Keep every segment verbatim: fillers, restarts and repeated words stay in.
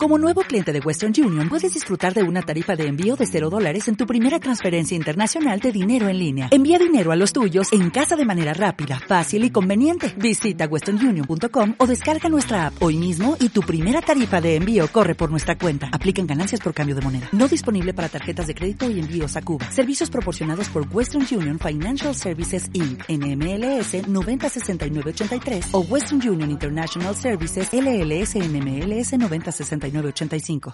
Como nuevo cliente de Western Union, puedes disfrutar de una tarifa de envío de cero dólares en tu primera transferencia internacional de dinero en línea. Envía dinero a los tuyos en casa de manera rápida, fácil y conveniente. Visita western union punto com o descarga nuestra app hoy mismo y tu primera tarifa de envío corre por nuestra cuenta. Aplican ganancias por cambio de moneda. No disponible para tarjetas de crédito y envíos a Cuba. Servicios proporcionados por Western Union Financial Services incorporated. N M L S noventa sesenta y nueve ochenta y tres o Western Union International Services L L S N M L S noventa sesenta y nueve ochenta y cinco.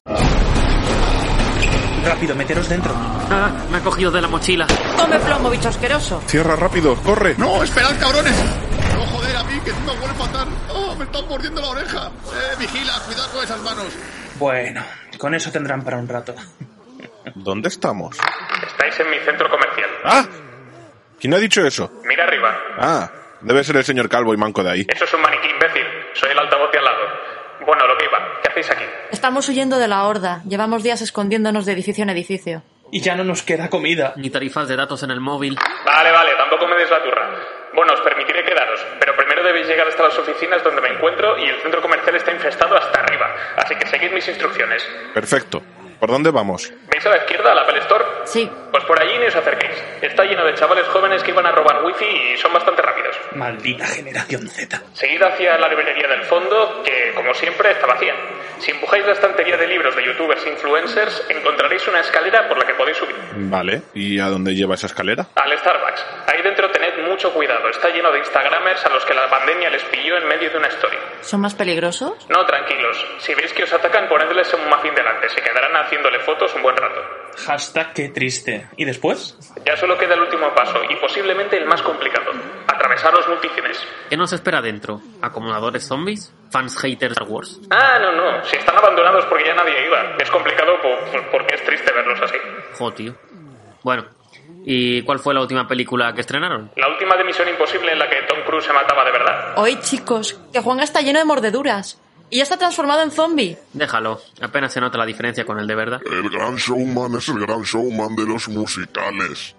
Rápido, meteros dentro. Ah, me ha cogido de la mochila. Come plomo, bicho asqueroso. Cierra rápido, corre. No, esperad, cabrones. No, joder, a mí, que encima huele fatal. Oh, me están mordiendo la oreja. Eh, vigila, cuidado con esas manos. Bueno, con eso tendrán para un rato. ¿Dónde estamos? Estáis en mi centro comercial. ¡Ah! ¿Quién ha dicho eso? Mira arriba. Ah, debe ser el señor calvo y manco de ahí. Eso es un maniquí, imbécil. Soy el altavoz de al lado. Bueno, lo que iba. ¿Qué hacéis aquí? Estamos huyendo de la horda. Llevamos días escondiéndonos de edificio en edificio. Y ya no nos queda comida. Ni tarifas de datos en el móvil. Vale, vale, tampoco me des la turra. Bueno, os permitiré quedaros, pero primero debéis llegar hasta las oficinas donde me encuentro y el centro comercial está infestado hasta arriba. Así que seguid mis instrucciones. Perfecto. ¿Por dónde vamos? ¿Veis a la izquierda, la Apple Store? Sí. Pues por allí ni os acerquéis. Está lleno de chavales jóvenes que iban a robar wifi y son bastante rápidos. Maldita generación Z. Seguid hacia la librería del fondo, que, como siempre, está vacía. Si empujáis la estantería de libros de youtubers e influencers, encontraréis una escalera por la que podéis subir. Vale. ¿Y a dónde lleva esa escalera? Al Starbucks. Ahí dentro tened mucho cuidado. Está lleno de instagramers a los que la pandemia les pilló en medio de una story. ¿Son más peligrosos? No, tranquilos. Si veis que os atacan, ponedles un muffin delante. Se quedarán haciéndole fotos un buen rato. Hashtag qué triste. ¿Y después? Ya solo queda el último paso, y posiblemente el más complicado. Atravesar los multicines. ¿Qué nos espera dentro? ¿Acomodadores zombies? ¿Fans haters Star Wars? Ah, no, no. Si están abandonados porque ya nadie iba. Es complicado por, porque es triste verlos así. Jo, tío. Bueno, ¿y cuál fue la última película que estrenaron? La última de Misión Imposible en la que Tom Cruise se mataba de verdad. Oye, chicos, que Juan está lleno de mordeduras. Y ya está transformado en zombie. Déjalo, apenas se nota la diferencia con el de verdad. El gran showman es el gran showman de los musicales.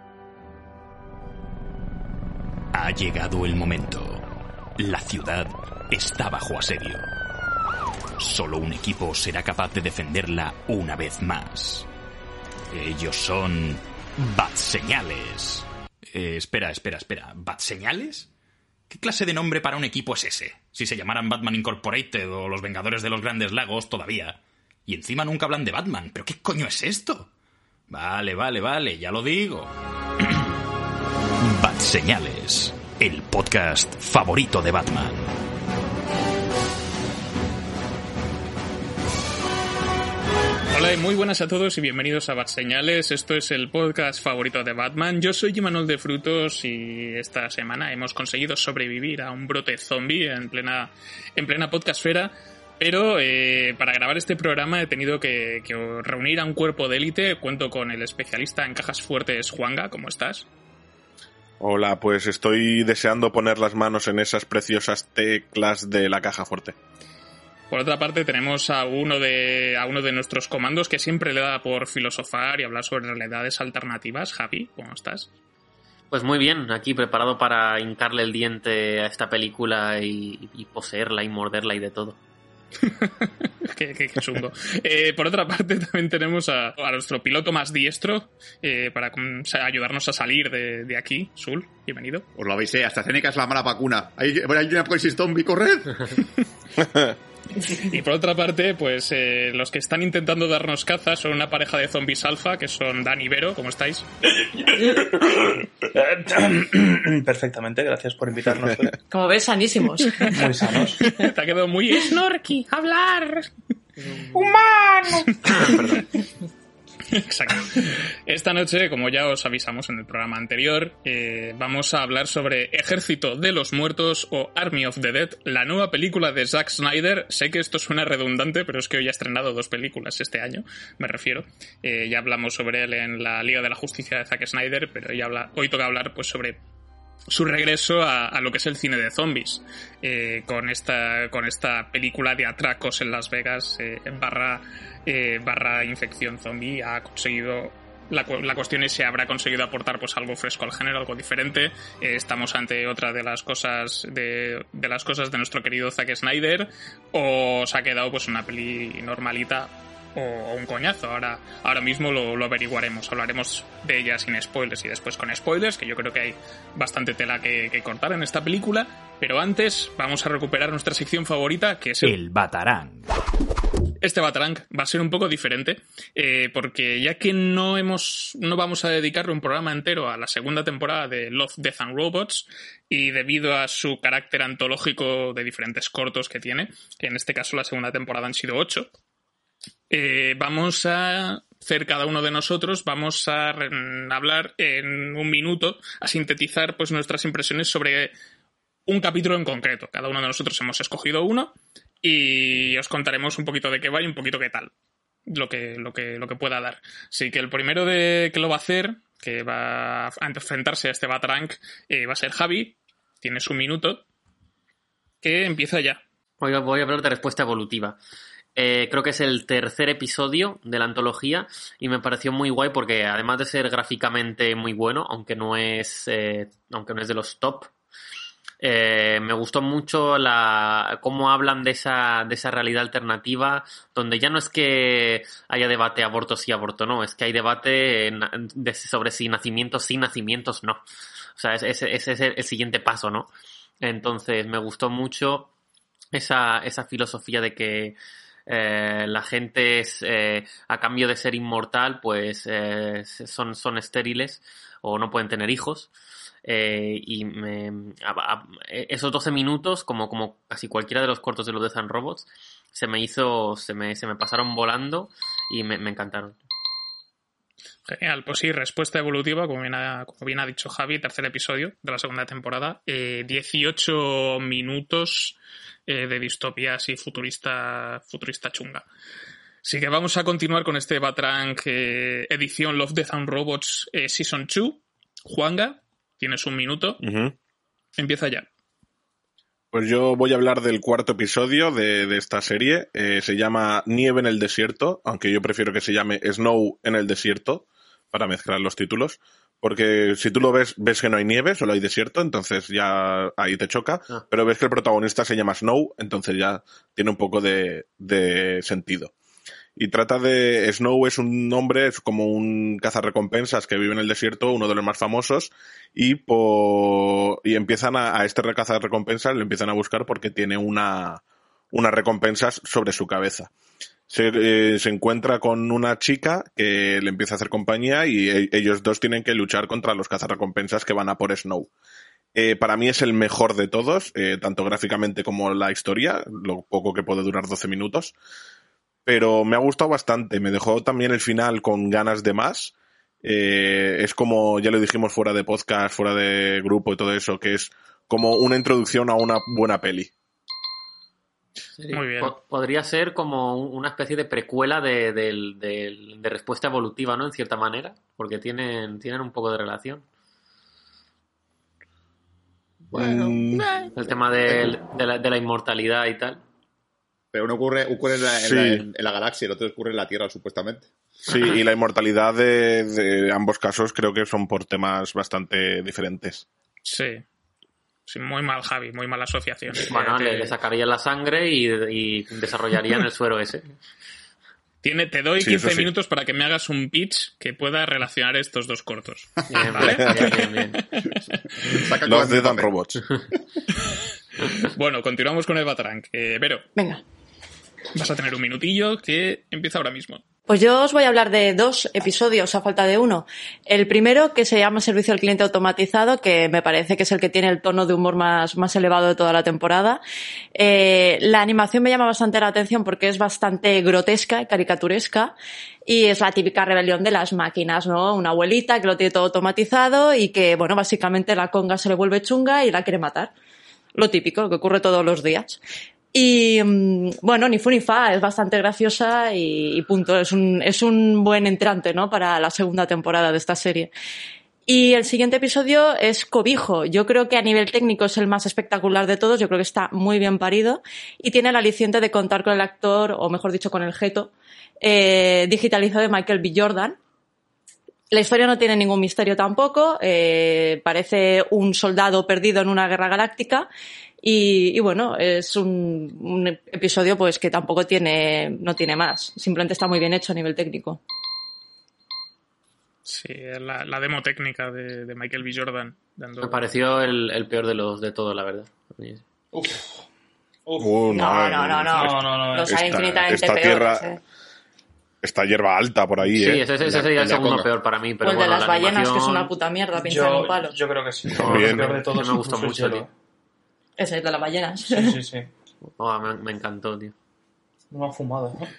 Ha llegado el momento. La ciudad está bajo asedio. Solo un equipo será capaz de defenderla una vez más. Ellos son... Batseñales. Eh, espera, espera, espera. ¿Batseñales? ¿Qué clase de nombre para un equipo es ese? Si se llamaran Batman Incorporated o los Vengadores de los Grandes Lagos, todavía. Y encima nunca hablan de Batman. ¿Pero qué coño es esto? Vale, vale, vale, ya lo digo. Batseñales, el podcast favorito de Batman. Hola y muy buenas a todos y bienvenidos a Batseñales. Esto es el podcast favorito de Batman. Yo soy Imanol de Frutos y esta semana hemos conseguido sobrevivir a un brote zombie en plena, en plena podcastfera. Pero eh, para grabar este programa he tenido que, que reunir a un cuerpo de élite. Cuento con el especialista en cajas fuertes, Juanga. ¿Cómo estás? Hola, pues estoy deseando poner las manos en esas preciosas teclas de la caja fuerte. Por otra parte, tenemos a uno de a uno de nuestros comandos que siempre le da por filosofar y hablar sobre realidades alternativas. Javi, ¿cómo estás? Pues muy bien, aquí preparado para hincarle el diente a esta película y, y poseerla y morderla y de todo. qué, qué, qué chungo. Eh, por otra parte, también tenemos a, a nuestro piloto más diestro eh, para com, ayudarnos a salir de, de aquí. Sul, bienvenido. Os lo avisé, AstraZeneca es la mala vacuna. Hay, hay una apocalipsis zombie, corred. Y por otra parte, pues eh, los que están intentando darnos caza son una pareja de zombies alfa, que son Dan y Vero. ¿Cómo estáis? Perfectamente, gracias por invitarnos. Como ves, sanísimos. Muy sanos. Te ha quedado muy snorky, hablar. ¡Humano! Perdón. Exacto. Esta noche, como ya os avisamos en el programa anterior, eh, vamos a hablar sobre Ejército de los Muertos o Army of the Dead, la nueva película de Zack Snyder. Sé que esto suena redundante, pero es que hoy ha estrenado dos películas este año, me refiero. Eh, ya hablamos sobre él en la Liga de la Justicia de Zack Snyder, pero ya habla, hoy toca hablar pues sobre su regreso a, a lo que es el cine de zombies, eh, con esta con esta película de atracos en Las Vegas, eh, barra, eh, barra infección zombie. Ha conseguido La, la cuestión es si habrá conseguido aportar pues algo fresco al género, algo diferente. Eh, estamos ante otra de las cosas de, de las cosas de nuestro querido Zack Snyder, o se ha quedado pues una peli normalita o, o un coñazo. Ahora, ahora mismo lo, lo averiguaremos. Hablaremos de ella sin spoilers y después con spoilers, que yo creo que hay bastante tela que, que cortar en esta película. Pero antes vamos a recuperar nuestra sección favorita, que es el, el Batarang. Este Batarang va a ser un poco diferente, eh, porque ya que no hemos, no vamos a dedicarle un programa entero a la segunda temporada de Love, Death and Robots, y debido a su carácter antológico de diferentes cortos que tiene, que en este caso la segunda temporada han sido ocho, eh, vamos a hacer cada uno de nosotros, vamos a hablar en un minuto, a sintetizar pues nuestras impresiones sobre un capítulo en concreto. Cada uno de nosotros hemos escogido uno y os contaremos un poquito de qué va y un poquito qué tal, lo que, lo que, lo que pueda dar. Así que el primero de que lo va a hacer, que va a enfrentarse a este Batarang, eh, va a ser Javi. Tienes un minuto, que empieza ya. Voy a, voy a hablar de respuesta evolutiva. Eh, creo que es el tercer episodio de la antología y me pareció muy guay porque además de ser gráficamente muy bueno, aunque no es, eh, aunque no es de los top, Eh, me gustó mucho la cómo hablan de esa de esa realidad alternativa, donde ya no es que haya debate aborto sí, aborto no, es que hay debate en, de, sobre si nacimientos sí, nacimientos no. O sea, ese es, es, es el siguiente paso, ¿no? Entonces me gustó mucho esa, esa filosofía de que eh, la gente es, eh, a cambio de ser inmortal, pues eh, son, son estériles o no pueden tener hijos. Eh, y me, a, a, esos doce minutos, como, como casi cualquiera de los cortos de los Death and Robots, se me hizo, se me, se me pasaron volando y me, me encantaron. Genial, pues sí, respuesta evolutiva, como bien ha, como bien ha dicho Javi, tercer episodio de la segunda temporada, eh, dieciocho minutos eh, de distopía así futurista, futurista chunga. Así que vamos a continuar con este Batarang eh, edición Love, Death and Robots eh, Season dos. Juanga, tienes un minuto. Uh-huh. Empieza ya. Pues yo voy a hablar del cuarto episodio de, de esta serie. Eh, se llama Nieve en el desierto, aunque yo prefiero que se llame Snow en el desierto, para mezclar los títulos. Porque si tú lo ves, ves que no hay nieve, solo hay desierto, entonces ya ahí te choca. Ah. Pero ves que el protagonista se llama Snow, entonces ya tiene un poco de, de sentido. Y trata de... Snow es un hombre, es como un cazarrecompensas que vive en el desierto, uno de los más famosos, y por, y empiezan a, a este cazarrecompensas, le empiezan a buscar porque tiene una, unas recompensas sobre su cabeza. Se, eh, se encuentra con una chica que le empieza a hacer compañía y e, ellos dos tienen que luchar contra los cazarrecompensas que van a por Snow. Eh, para mí es el mejor de todos, eh, tanto gráficamente como la historia, lo poco que puede durar doce minutos. Pero me ha gustado bastante, me dejó también el final con ganas de más. Eh, es como, ya lo dijimos fuera de podcast, fuera de grupo y todo eso, que es como una introducción a una buena peli. Sí, muy bien. Podría ser como una especie de precuela de, de, de, de respuesta evolutiva, ¿no? En cierta manera, porque tienen, tienen un poco de relación. Bueno, mm. el tema de, de, la, de la inmortalidad y tal. Pero uno ocurre, ocurre en, la, en, sí. la, en, en la galaxia, el otro ocurre en la Tierra, supuestamente. Sí, y la inmortalidad de, de ambos casos creo que son por temas bastante diferentes. Sí. Sí, muy mal, Javi, muy mala asociación. Bueno, te... le, le sacarían la sangre y, y desarrollarían el suero ese. Tiene, te doy sí, quince minutos sí. para que me hagas un pitch que pueda relacionar estos dos cortos. Bien, ¿vale? bien, bien, bien. Los Death and Robots. Bueno, continuamos con el Batarang. Eh, Vero. Venga. Vas a tener un minutillo que empieza ahora mismo. Pues yo os voy a hablar de dos episodios a falta de uno. El primero, que se llama Servicio al Cliente Automatizado, que me parece que es el que tiene el tono de humor más, más elevado de toda la temporada. Eh, la animación me llama bastante la atención porque es bastante grotesca y caricaturesca. Y es la típica rebelión de las máquinas, ¿no? Una abuelita que lo tiene todo automatizado y que, bueno, básicamente la conga se le vuelve chunga y la quiere matar. Lo típico, lo que ocurre todos los días. Y, bueno, ni fu ni fa, es bastante graciosa y, y punto. Es un, es un buen entrante, ¿no? Para la segunda temporada de esta serie. Y el siguiente episodio es Cobijo. Yo creo que a nivel técnico es el más espectacular de todos. Yo creo que está muy bien parido y tiene el aliciente de contar con el actor, o mejor dicho, con el geto, eh, digitalizado de Michael B. Jordan. La historia no tiene ningún misterio tampoco, eh, parece un soldado perdido en una guerra galáctica y, y bueno, es un, un episodio pues que tampoco tiene, no tiene más, simplemente está muy bien hecho a nivel técnico. Sí, la, la demo técnica de, de Michael B. Jordan. Dando... Me pareció el, el peor de los de todos, la verdad. Uf. Uf. Uh, No, no, no, no, No, no, no. los Esta- hay infinitamente esta peores. tierra- eh. Esta hierba alta por ahí, Sí, ¿eh? ese, ese sería el la segundo conga. peor para mí. Pero O el de bueno, las la ballenas, animación... que es una puta mierda, pinchar Yo, un palo. yo creo que sí. También. El peor de todos Me gustó incluso mucho, es tío. Hielo. Ese es de las ballenas. Sí, sí, sí. Oh, me, me encantó, tío. No ha fumado, ¿no?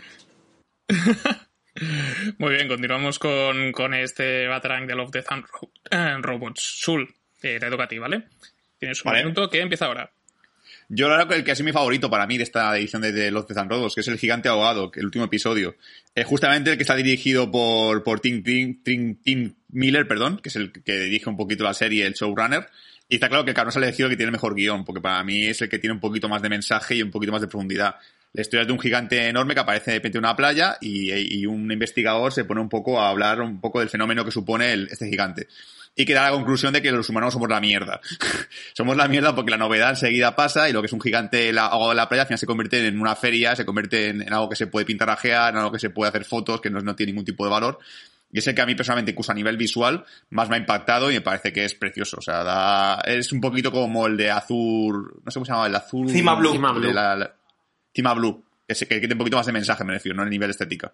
Muy bien, continuamos con, con este Batarang de Love, Death and Ro- eh, Robots. Sul, eh, te toca a ti, ¿vale? Tienes un Vale. minuto que empieza ahora. Yo creo que el que ha sido mi favorito para mí de esta edición de, de Los Death and Robots, que es el Gigante Ahogado, que el último episodio. Es justamente el que está dirigido por, por Tim, Tim, Tim, Tim Miller, perdón, que es el que dirige un poquito la serie, el showrunner. Y está claro que Carlos ha elegido el que tiene el mejor guión, porque para mí es el que tiene un poquito más de mensaje y un poquito más de profundidad. La historia es de un gigante enorme que aparece de repente en una playa y, y un investigador se pone un poco a hablar un poco del fenómeno que supone el, este gigante. Y que da la conclusión de que los humanos somos la mierda. Somos la mierda porque la novedad enseguida pasa y lo que es un gigante ahogado en la playa al final se convierte en una feria, se convierte en, en algo que se puede pintarrajear, en algo que se puede hacer fotos, que no, no tiene ningún tipo de valor. Y es el que a mí personalmente, incluso a nivel visual, más me ha impactado y me parece que es precioso. O sea, da, es un poquito como el de Azul, no sé cómo se llama, el Azul... Cima Blue. Cima Blue. de la- la- Cima Blue. Que, se, que tiene un poquito más de mensaje, me refiero, no el nivel estética.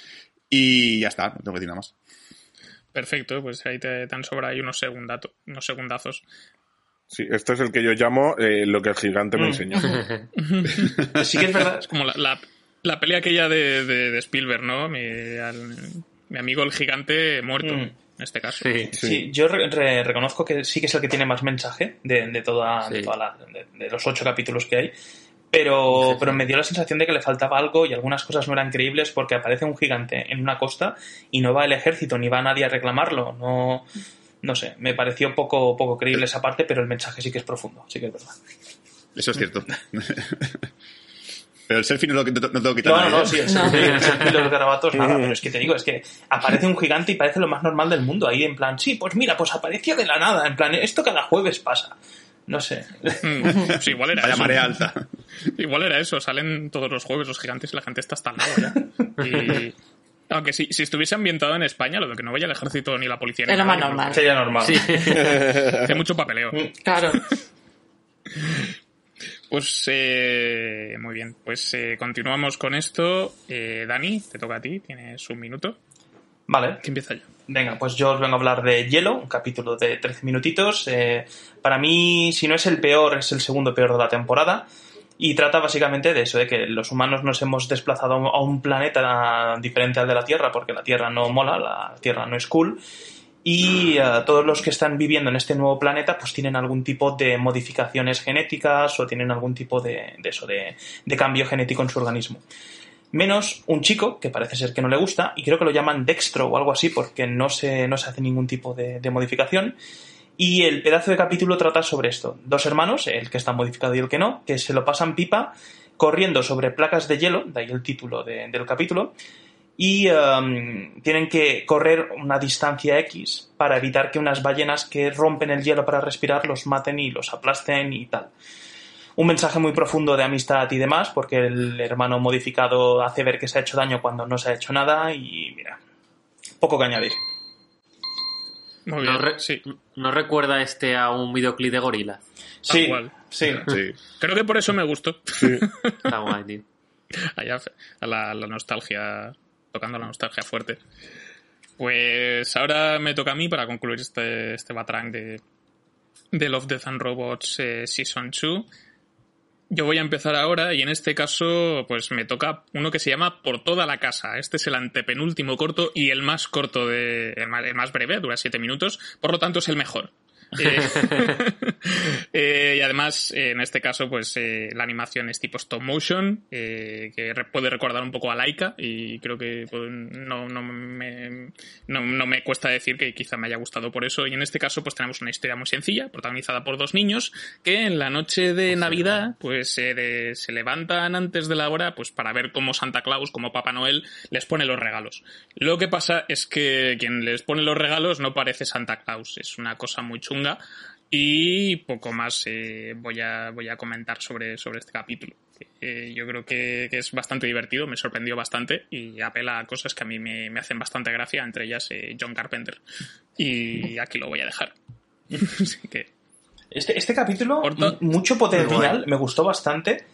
Y ya está, no tengo que decir nada más. Perfecto, pues ahí te, te han sobrado ahí unos, segundato, unos segundazos. Sí, este es el que yo llamo eh, lo que el gigante me Mm. enseñó. Sí que es verdad. Es como la, la, la peli aquella de, de, de Spielberg, ¿no? Mi, al- mi amigo el gigante muerto, Mm. en este caso. Sí. Sí, yo re- re- reconozco que sí que es el que tiene más mensaje de, de toda, de, Sí. toda la- de, de los ocho capítulos que hay. Pero, pero me dio la sensación de que le faltaba algo y algunas cosas no eran creíbles porque aparece un gigante en una costa y no va el ejército ni va nadie a reclamarlo. No, no sé, me pareció poco, poco creíble esa parte, pero el mensaje sí que es profundo, sí que es verdad. Eso es cierto. Pero el selfie no lo, no, no tengo que quitar. No, no, nadie, no, ¿eh? sí, el selfie, el selfie y los garabatos, nada, pero es que te digo, es que aparece un gigante y parece lo más normal del mundo. Ahí en plan, sí, pues mira, pues apareció de la nada, en plan, esto cada jueves pasa. No sé. Mm, pues igual era Vaya eso. marea alta. Igual era eso, salen todos los jueves los gigantes y la gente está hasta al lado ya. Y... Aunque si, si estuviese ambientado en España, lo de que no vaya el ejército ni la policía... ni Es lo nada, más yo creo normal. Sería normal. Sí. que Hace mucho papeleo. Claro. Pues eh, muy bien, pues eh, continuamos con esto. Eh, Dani, te toca a ti, tienes un minuto. Vale. ¿Qué empieza yo? Venga, pues yo os vengo a hablar de Hielo, un capítulo de trece minutitos. Eh, para mí, si no es el peor, es el segundo peor de la temporada. Y trata básicamente de eso, de que los humanos nos hemos desplazado a un planeta diferente al de la Tierra, porque la Tierra no mola, la Tierra no es cool. Y uh, todos los que están viviendo en este nuevo planeta pues tienen algún tipo de modificaciones genéticas o tienen algún tipo de, de eso, de, de cambio genético en su organismo. Menos un chico, que parece ser que no le gusta, y creo que lo llaman Dextro o algo así, porque no se, no se hace ningún tipo de, de modificación. Y el pedazo de capítulo trata sobre esto. Dos hermanos, el que está modificado y el que no, que se lo pasan pipa corriendo sobre placas de hielo, de ahí el título de, del capítulo, y um, tienen que correr una distancia X para evitar que unas ballenas que rompen el hielo para respirar los maten y los aplasten y tal. Un mensaje muy profundo de amistad y demás, porque el hermano modificado hace ver que se ha hecho daño cuando no se ha hecho nada y mira, poco que añadir. Muy bien, ¿No, re- sí. ¿No recuerda este a un videoclip de Gorila? Sí, cual. sí. Sí. Creo que por eso me gustó. Está guay, tío. Allá, a la, la nostalgia, tocando la nostalgia fuerte. Pues ahora me toca a mí para concluir este, este batrang de, de Love, Death and Robots eh, Season dos. Yo voy a empezar ahora y en este caso pues me toca uno que se llama Por toda la casa. Este es el antepenúltimo corto y el más corto, de el más, el más breve, dura siete minutos, por lo tanto es el mejor. Eh, eh, y además, eh, en este caso, pues eh, la animación es tipo stop motion, eh, que re- puede recordar un poco a Laika, y creo que pues, no, no, me, no, no me cuesta decir que quizá me haya gustado por eso. Y en este caso, pues tenemos una historia muy sencilla, protagonizada por dos niños, que en la noche de Navidad, pues eh, de, se levantan antes de la hora, pues para ver cómo Santa Claus, como Papá Noel, les pone los regalos. Lo que pasa es que quien les pone los regalos no parece Santa Claus, es una cosa muy chunga, y poco más eh, voy a voy a comentar sobre, sobre este capítulo. Eh, yo creo que, que es bastante divertido, me sorprendió bastante y apela a cosas que a mí me, me hacen bastante gracia, entre ellas eh, John Carpenter. Y aquí lo voy a dejar. Así que... Este, este capítulo, Corto. m- mucho potencial, me gustó bastante,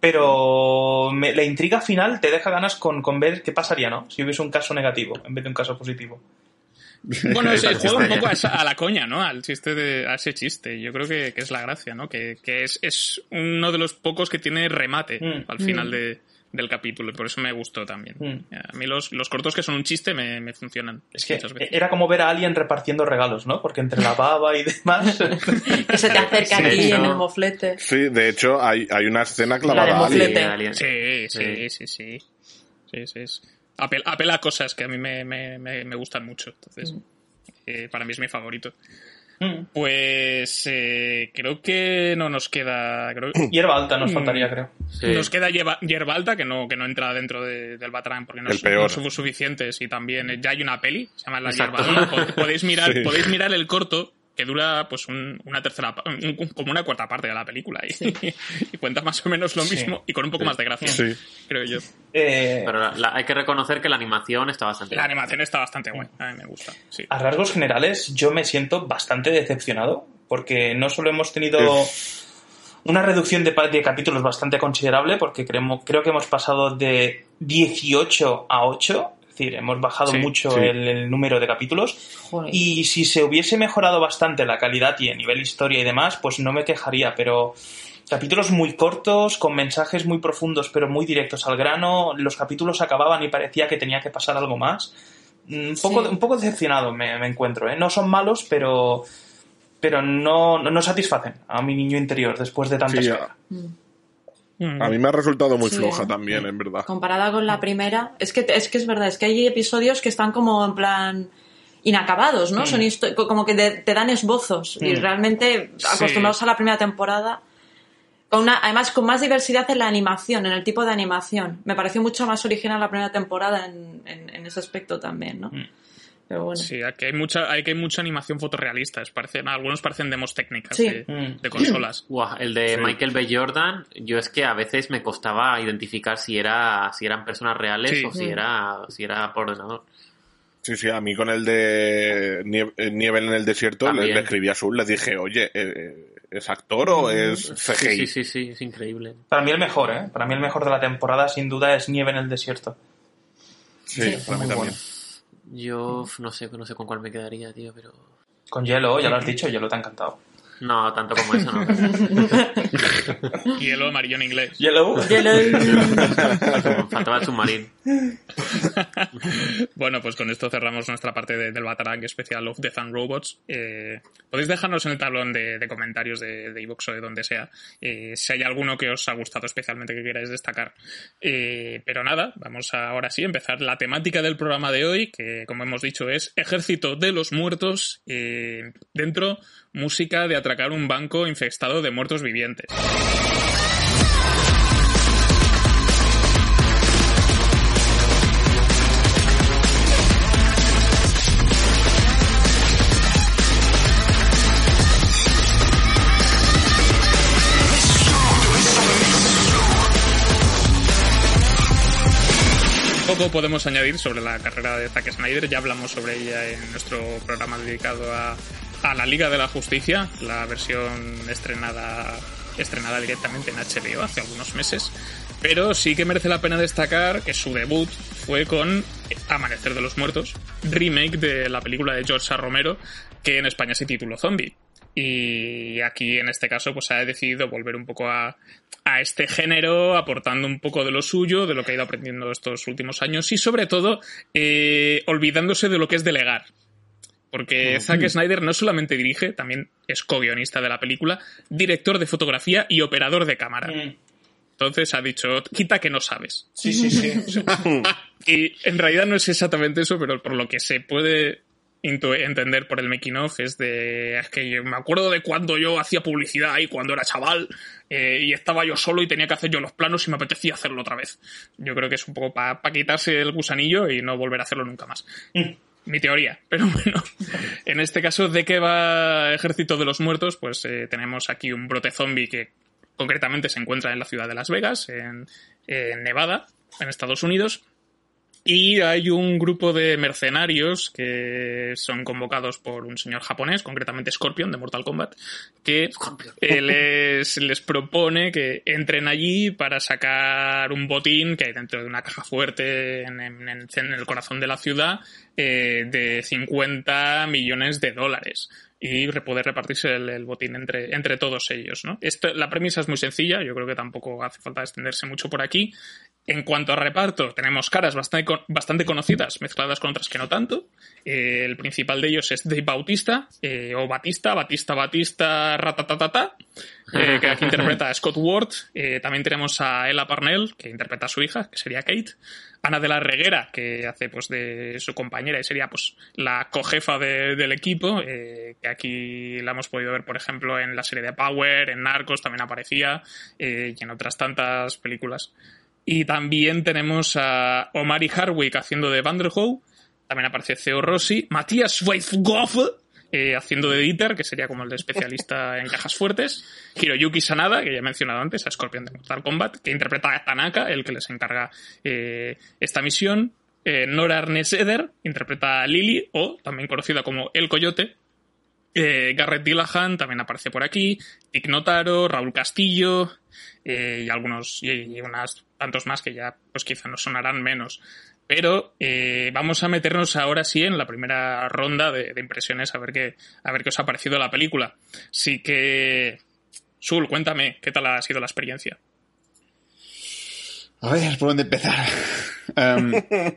pero me- la intriga final te deja ganas con, con ver qué pasaría, ¿no? Si hubiese un caso negativo en vez de un caso positivo. Bueno, se juega un poco a, esa, a la coña, ¿no? Al chiste de, a ese chiste. Yo creo que, que es la gracia, ¿no? Que, que es, es uno de los pocos que tiene remate Mm. al final de, del capítulo, y por eso me gustó también. Mm. A mí los, los cortos que son un chiste me, me funcionan. Es que muchas veces. era como ver a alguien repartiendo regalos, ¿no? Porque entre la baba y demás... Que se te acerca Sí, aquí de hecho- en el moflete. Sí, de hecho, hay, hay una escena La de clavada a moflete. alguien. Sí, sí, sí, sí. Sí, sí, sí. Apela, apela a cosas que a mí me, me, me, me gustan mucho. Entonces, eh, para mí es mi favorito. Mm. Pues eh, creo que no nos queda... Creo, Hierba alta nos faltaría, creo. Sí. Nos queda Hierba Hierba Alta, que no, que no entra dentro de- del Batarang porque no, El es- peor. no somos suficientes, y también eh, ya hay una peli, se llama La Exacto. Hierba Alta. Pod- Podéis mirar, Sí. podéis mirar el corto, que dura pues un- una tercera, pa- un- un- como una cuarta parte de la película, y, y cuenta más o menos lo Sí. mismo y con un poco Sí. más de gracia, Sí. creo yo. Eh, Pero la- la- hay que reconocer que la animación está bastante La bien. animación está bastante guay, a mí me gusta. Sí. a rasgos generales, yo me siento bastante decepcionado, porque no solo hemos tenido una reducción de, pa- de capítulos bastante considerable, porque creemos, creo que hemos pasado de dieciocho a ocho, es decir, hemos bajado Sí, mucho sí. el, el número de capítulos, Joder. y si se hubiese mejorado bastante la calidad y a nivel historia y demás, pues no me quejaría, pero capítulos muy cortos, con mensajes muy profundos pero muy directos al grano, los capítulos acababan y parecía que tenía que pasar algo más. Un poco, Sí. un poco decepcionado me, me encuentro, ¿eh? No son malos, pero pero no, no, no satisfacen a mi niño interior después de tanta Sí, espera. Mm. A mí me ha resultado muy Sí, floja ¿eh? también, en verdad. Comparada con la primera, es que es que es verdad, es que hay episodios que están como en plan inacabados, ¿no? Mm. Son histo- como que te, te dan esbozos y Mm. realmente acostumbrados a la primera temporada, con una, además con más diversidad en la animación, en el tipo de animación. Me pareció mucho más original la primera temporada en, en, en ese aspecto también, ¿no? Mm. Pero bueno. Sí, aquí hay mucha, hay que hay mucha animación fotorrealista. Es parecen, algunos parecen demos técnicas Sí. de, Mm. de consolas. Buah, el de Sí. Michael B. Jordan, yo es que a veces me costaba identificar si era si eran personas reales Sí. o si era si era por ordenador. Sí, sí, a mí con el de Nieve, eh, Nieve en el desierto le, También. le escribí a Sul, le dije, oye, eh, ¿es actor o es C G I? Sí, sí, sí, sí, es increíble. Para mí el mejor, ¿eh? Para mí el mejor de la temporada sin duda es Nieve en el desierto. Sí, Sí. para mí Muy también. Yo f- no sé, no sé con cuál me quedaría, tío, pero Con Hielo, ya lo has dicho, Hielo te ha encantado. no tanto como eso, no. Hielo amarillo en inglés. Yellow. Faltaba el submarino. Bueno, pues con esto cerramos nuestra parte de- del Batarang especial of Death and Robots. Eh, podéis dejarnos en el tablón de, de comentarios de, de iVoox o de donde sea, eh, si hay alguno que os ha gustado especialmente que queráis destacar. Eh, pero nada, vamos a, ahora sí a empezar la temática del programa de hoy, que como hemos dicho es Ejército de los Muertos. Eh, dentro, música de atracar un banco infestado de muertos vivientes. Poco podemos añadir sobre la carrera de Zack Snyder, ya hablamos sobre ella en nuestro programa dedicado a, a la Liga de la Justicia, la versión estrenada estrenada directamente en H B O hace algunos meses, pero sí que merece la pena destacar que su debut fue con Amanecer de los Muertos, remake de la película de George A. Romero, que en España se tituló Zombie. Y aquí, en este caso, pues ha decidido volver un poco a, a este género, aportando un poco de lo suyo, de lo que ha ido aprendiendo estos últimos años y, sobre todo, eh, olvidándose de lo que es delegar. Porque Zack Snyder no solamente dirige, también es co-guionista de la película, director de fotografía y operador de cámara. Mm. Entonces ha dicho, quita que no sabes. Sí, sí, sí. Y en realidad no es exactamente eso, pero por lo que se puede entender por el making of es de... Es que yo me acuerdo de cuando yo hacía publicidad ahí, cuando era chaval, eh, y estaba yo solo y tenía que hacer yo los planos y me apetecía hacerlo otra vez. Yo creo que es un poco para pa quitarse el gusanillo y no volver a hacerlo nunca más. Mm. Mi teoría, pero bueno, en este caso, ¿de qué va Ejército de los Muertos? Pues eh, tenemos aquí un brote zombie que concretamente se encuentra en la ciudad de Las Vegas, en, en Nevada, en Estados Unidos, y hay un grupo de mercenarios que son convocados por un señor japonés, concretamente Scorpion de Mortal Kombat, que eh, les, les propone que entren allí para sacar un botín que hay dentro de una caja fuerte en, en, en el corazón de la ciudad eh, de cincuenta millones de dólares. Y poder repartirse el, el botín entre, entre todos ellos, ¿no? Esto, la premisa es muy sencilla, yo creo que tampoco hace falta extenderse mucho por aquí. En cuanto a reparto, tenemos caras bastante, bastante conocidas, mezcladas con otras que no tanto. Eh, el principal de ellos es Dave Bautista, eh, o Batista, Batista, Batista, ratatatata, eh, que aquí interpreta a Scott Ward. Eh, también tenemos a Ella Parnell, que interpreta a su hija, que sería Kate. Ana de la Reguera, que hace pues de su compañera y sería pues la cojefa de, del equipo, eh, que aquí la hemos podido ver, por ejemplo, en la serie de Power, en Narcos también aparecía, eh, y en otras tantas películas. Y también tenemos a Omari Hardwick haciendo de Vanderhoof, también aparece Theo Rossi, Matías Schweizgoff eh, haciendo de Dieter, que sería como el de especialista en cajas fuertes, Hiroyuki Sanada, que ya he mencionado antes, a Scorpion de Mortal Kombat, que interpreta a Tanaka, el que les encarga eh, esta misión, eh, Nora Arnes-Eder interpreta a Lily, o también conocida como El Coyote, eh, Garrett Dillahan también aparece por aquí, Tig Notaro, Raúl Castillo, eh, y algunos, y, y unas tantos más que ya pues quizá nos sonarán menos. Pero eh, vamos a meternos ahora sí en la primera ronda de, de impresiones a ver qué a ver qué os ha parecido la película. Así que, Sul, cuéntame, ¿qué tal ha sido la experiencia? A ver, ¿por dónde empezar? um,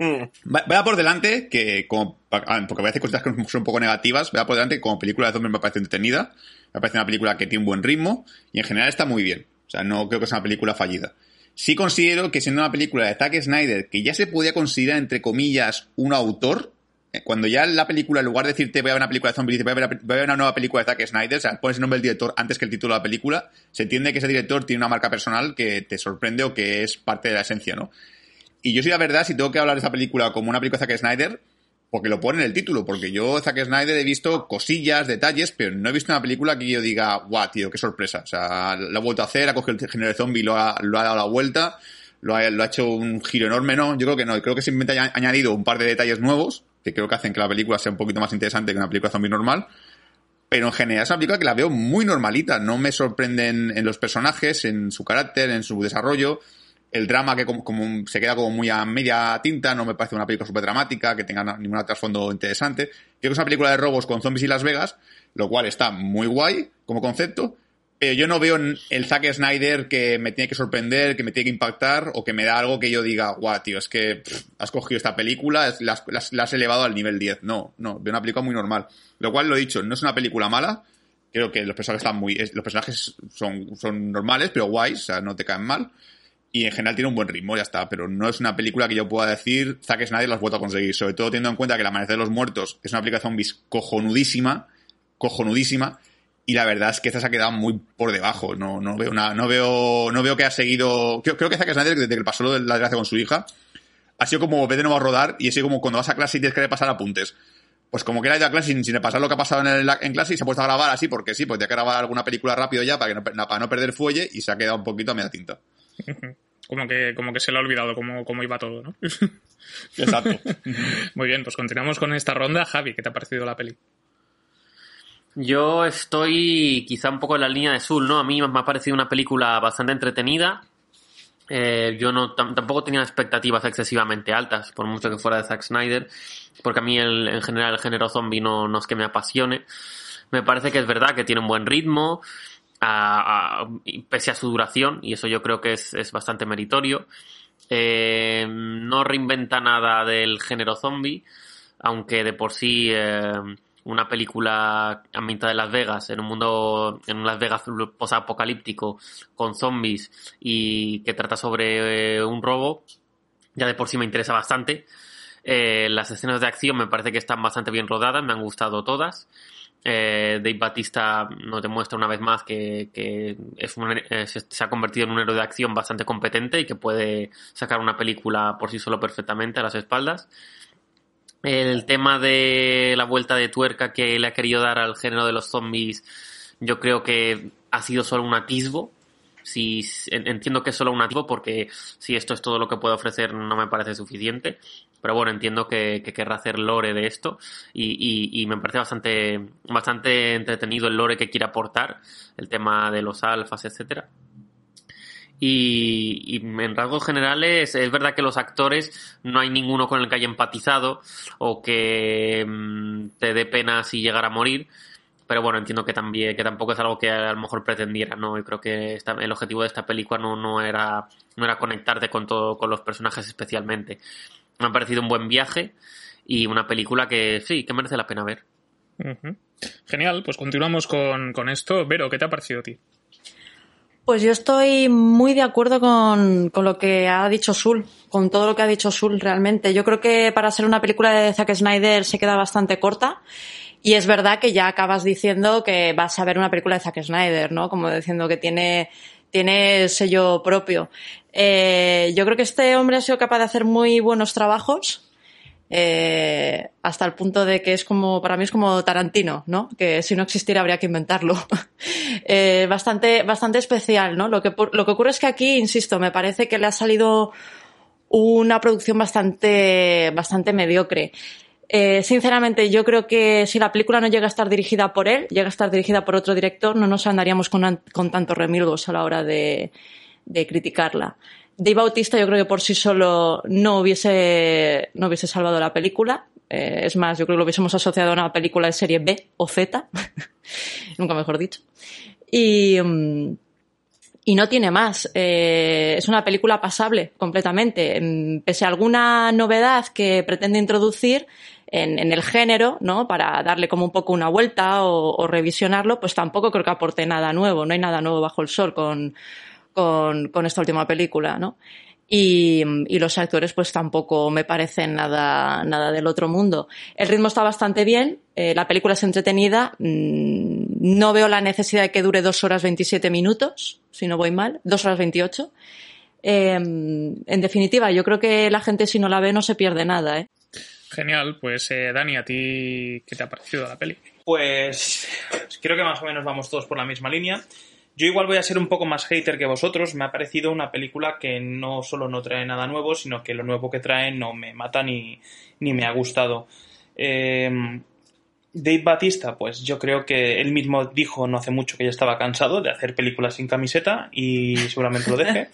vaya por delante que, como, porque voy a decir cosas que son un poco negativas, vaya por delante que como película de zombies me parece entretenida, me parece una película que tiene un buen ritmo y en general está muy bien. O sea, no creo que sea una película fallida. Sí considero que siendo una película de Zack Snyder, que ya se podía considerar, entre comillas, un autor, cuando ya la película, en lugar de decirte voy a ver una película de zombies, dice voy a ver, voy a ver una nueva película de Zack Snyder, o sea, pones el nombre del director antes que el título de la película, se entiende que ese director tiene una marca personal que te sorprende o que es parte de la esencia, ¿no? Y yo sí, la verdad, si tengo que hablar de esa película como una película de Zack Snyder, porque lo pone en el título, porque yo Zack Snyder he visto cosillas, detalles, pero no he visto una película que yo diga, guau, tío, qué sorpresa. O sea, lo ha vuelto a hacer, ha cogido el género de zombie, lo ha, lo ha dado la vuelta, lo ha, lo ha hecho un giro enorme, ¿no? Yo creo que no, creo que simplemente ha añadido un par de detalles nuevos, que creo que hacen que la película sea un poquito más interesante que una película zombie normal, pero en general es una película que la veo muy normalita, no me sorprenden en los personajes, en su carácter, en su desarrollo. El drama que como, como se queda como muy a media tinta, no me parece una película súper dramática, que tenga ningún trasfondo interesante. Creo que es una película de robos con zombies y Las Vegas, lo cual está muy guay como concepto, pero yo no veo el Zack Snyder que me tiene que sorprender, que me tiene que impactar, o que me da algo que yo diga, guau, tío, es que pff, has cogido esta película, la has, la, has, la has elevado al nivel diez. No, no, veo una película muy normal. Lo cual, lo he dicho, no es una película mala, creo que los personajes están muy, los personajes son, son normales, pero guays, o sea, no te caen mal. Y en general tiene un buen ritmo, ya está. Pero no es una película que yo pueda decir Zack Snyder lo has vuelto a conseguir. Sobre todo teniendo en cuenta que El Amanecer de los Muertos es una película de zombies cojonudísima. Cojonudísima. Y la verdad es que esta se ha quedado muy por debajo. No, no veo una, no veo, no veo que ha seguido... Creo, creo que Zack Snyder, desde que pasó lo de la desgracia con su hija, ha sido como ve de nuevo a rodar y ha sido como cuando vas a clase y tienes que repasar apuntes. Pues como que él ha ido a clase sin, sin repasar lo que ha pasado en, el, en clase y se ha puesto a grabar así porque sí, pues tenía que grabar alguna película rápido ya para, que no, para no perder fuelle y se ha quedado un poquito a media tinta. Como que, como que se le ha olvidado cómo, cómo iba todo, ¿no? Exacto. Muy bien, pues continuamos con esta ronda. Javi, ¿qué te ha parecido la peli? Yo estoy quizá un poco en la línea de Sul, ¿no? A mí me ha parecido una película bastante entretenida. Eh, yo no t- tampoco tenía expectativas excesivamente altas, por mucho que fuera de Zack Snyder, porque a mí el, en general el género zombie no, no es que me apasione. Me parece que es verdad que tiene un buen ritmo, A, a, pese a su duración, y eso yo creo que es, es bastante meritorio. Eh, no reinventa nada del género zombie, aunque de por sí eh, una película ambientada en Las Vegas, en un mundo, en un Las Vegas posapocalíptico, con zombies y que trata sobre eh, un robo, ya de por sí me interesa bastante. Eh, las escenas de acción me parece que están bastante bien rodadas, me han gustado todas. Eh, Dave Bautista nos demuestra una vez más que, que es un, eh, se, se ha convertido en un héroe de acción bastante competente y que puede sacar una película por sí solo perfectamente a las espaldas. El tema de la vuelta de tuerca que le ha querido dar al género de los zombies, yo creo que ha sido solo un atisbo. Si, entiendo que es solo un atisbo porque si esto es todo lo que puede ofrecer no me parece suficiente. Pero bueno, entiendo que, que querrá hacer lore de esto y, y, y me parece bastante, bastante entretenido el lore que quiere aportar, el tema de los alfas, etcétera. Y, y en rasgos generales es verdad que los actores no hay ninguno con el que haya empatizado o que mmm, te dé pena si llegara a morir, pero bueno, entiendo que también que tampoco es algo que a lo mejor pretendiera, ¿no? Y creo que esta, el objetivo de esta película no, no era no era conectarte con todo, con los personajes especialmente. Me ha parecido un buen viaje y una película que sí, que merece la pena ver. Uh-huh. Genial, pues continuamos con, con esto. Vero, ¿qué te ha parecido a ti? Pues yo estoy muy de acuerdo con, con lo que ha dicho Sul, con todo lo que ha dicho Sul realmente. Yo creo que para ser una película de Zack Snyder se queda bastante corta y es verdad que ya acabas diciendo que vas a ver una película de Zack Snyder, ¿no? Como diciendo que tiene, tiene sello propio. Eh, yo creo que este hombre ha sido capaz de hacer muy buenos trabajos. Eh, hasta el punto de que es como, para mí es como Tarantino, ¿no? Que si no existiera habría que inventarlo. eh, bastante, bastante especial, ¿no? Lo que, lo que ocurre es que aquí, insisto, me parece que le ha salido una producción bastante, bastante mediocre. Eh, sinceramente, yo creo que si la película no llega a estar dirigida por él, llega a estar dirigida por otro director, no nos andaríamos con, con tantos remilgos a la hora de, de criticarla. Dave Bautista yo creo que por sí solo no hubiese, no hubiese salvado la película. Eh, es más, yo creo que lo hubiésemos asociado a una película de serie B o Z. Nunca mejor dicho. Y, um, y no tiene más. Eh, es una película pasable completamente. Pese a alguna novedad que pretende introducir en, en el género, ¿no? Para darle como un poco una vuelta o, o revisionarlo, pues tampoco creo que aporte nada nuevo. No hay nada nuevo bajo el sol con, con, con esta última película, ¿no? Y, y los actores pues tampoco me parecen nada, nada del otro mundo. El ritmo está bastante bien, eh, la película es entretenida, mmm, no veo la necesidad de que dure dos horas veintisiete minutos, si no voy mal, dos horas veintiocho. Eh, en definitiva, yo creo que la gente si no la ve no se pierde nada, ¿eh? Genial, pues eh, Dani, ¿a ti qué te ha parecido la peli? Pues creo que más o menos vamos todos por la misma línea. Yo igual voy a ser un poco más hater que vosotros. Me ha parecido una película que no solo no trae nada nuevo, sino que lo nuevo que trae no me mata ni, ni me ha gustado. Eh, Dave Bautista, pues yo creo que él mismo dijo no hace mucho que ya estaba cansado de hacer películas sin camiseta y seguramente lo deje.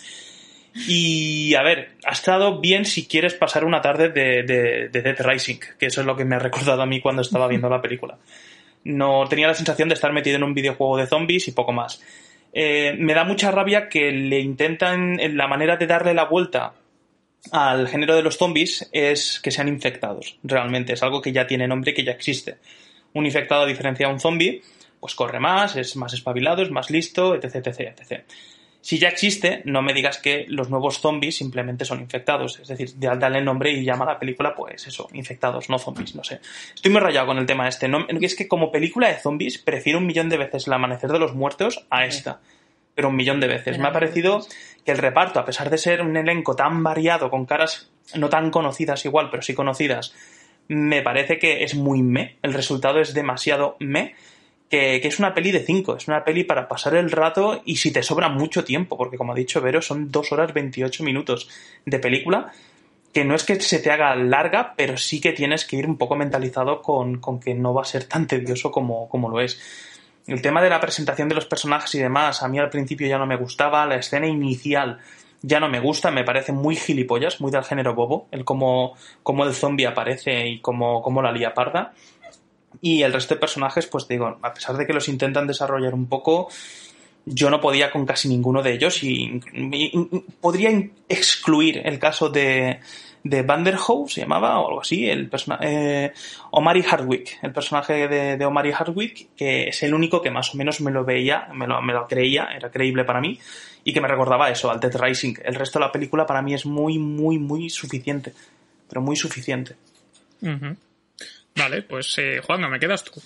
Y a ver, ha estado bien si quieres pasar una tarde de, de, de Dead Rising, que eso es lo que me ha recordado a mí cuando estaba viendo la película. No tenía la sensación de estar metido en un videojuego de zombies y poco más. Eh, me da mucha rabia que le intentan, la manera de darle la vuelta al género de los zombies es que sean infectados. Realmente es algo que ya tiene nombre, que ya existe. Un infectado, a diferencia de un zombie, pues corre más, es más espabilado, es más listo, etc, etc, etcétera. Si ya existe, no me digas que los nuevos zombies simplemente son infectados. Es decir, dale nombre y llama a la película, pues eso, infectados, no zombies, no sé. Estoy muy rayado con el tema este. No, es que como película de zombies prefiero un millón de veces El Amanecer de los Muertos a esta. Pero un millón de veces. Me ha parecido que el reparto, a pesar de ser un elenco tan variado, con caras no tan conocidas igual, pero sí conocidas, me parece que es muy meh. El resultado es demasiado meh. Que, que es una peli de cinco, es una peli para pasar el rato y si te sobra mucho tiempo, porque como ha dicho Vero, son dos horas veintiocho minutos de película, que no es que se te haga larga, pero sí que tienes que ir un poco mentalizado con, con que no va a ser tan tedioso como, como lo es. El tema de la presentación de los personajes y demás, a mí al principio ya no me gustaba, la escena inicial ya no me gusta, me parece muy gilipollas, muy del género bobo, el cómo, cómo el zombie aparece y cómo, cómo la lía parda. Y el resto de personajes, pues digo, a pesar de que los intentan desarrollar un poco, yo no podía con casi ninguno de ellos y, y, y podría excluir el caso de, de Vanderhoof, se llamaba, o algo así, el persona- eh, Omari Hardwick, el personaje de, de Omari Hardwick, que es el único que más o menos me lo veía, me lo, me lo creía, era creíble para mí, y que me recordaba eso, al Dead Rising. El resto de la película para mí es muy, muy, muy suficiente, pero muy suficiente. Uh-huh. Vale, pues eh, Juan, ¿me quedas tú?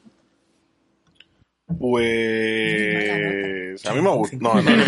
Pues... A mí me gusta... No, no, no.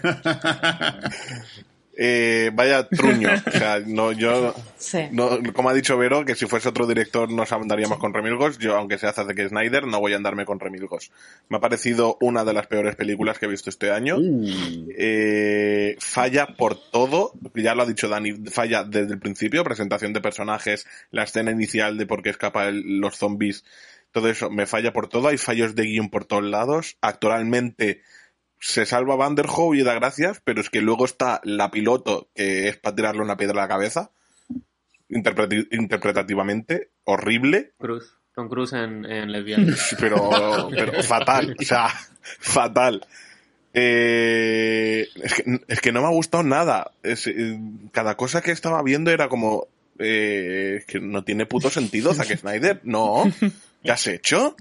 Eh, vaya truño. O sea, no, yo... Sí. No, como ha dicho Vero, que si fuese otro director nos andaríamos con remilgos. Yo, aunque sea Zack Snyder, no voy a andarme con remilgos. Me ha parecido una de las peores películas que he visto este año. Uh. Eh, falla por todo. Ya lo ha dicho Dani, falla desde el principio. Presentación de personajes, la escena inicial de por qué escapan los zombies. Todo eso me falla por todo. Hay fallos de guión por todos lados. Actualmente se salva Vanderhoof y da gracias, pero es que luego está la piloto, que es para tirarle una piedra a la cabeza. Interpreti- interpretativamente horrible. Cruz. Tom Cruise en, en lesbiana. pero, pero fatal. O sea, fatal. Eh, es, que, es que no me ha gustado nada. Es, eh, cada cosa que estaba viendo era como... Eh, es que no tiene puto sentido, Zack Snyder. No. ¿Qué has hecho?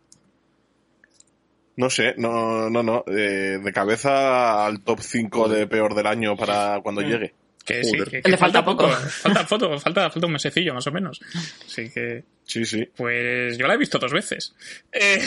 No sé, no, no, no. Eh, de cabeza al top cinco de peor del año para cuando llegue. Que sí, que, que le falta, falta poco. Falta, foto, falta, falta un mesecillo más o menos. Así que... Sí, sí. Pues yo la he visto dos veces. Eh...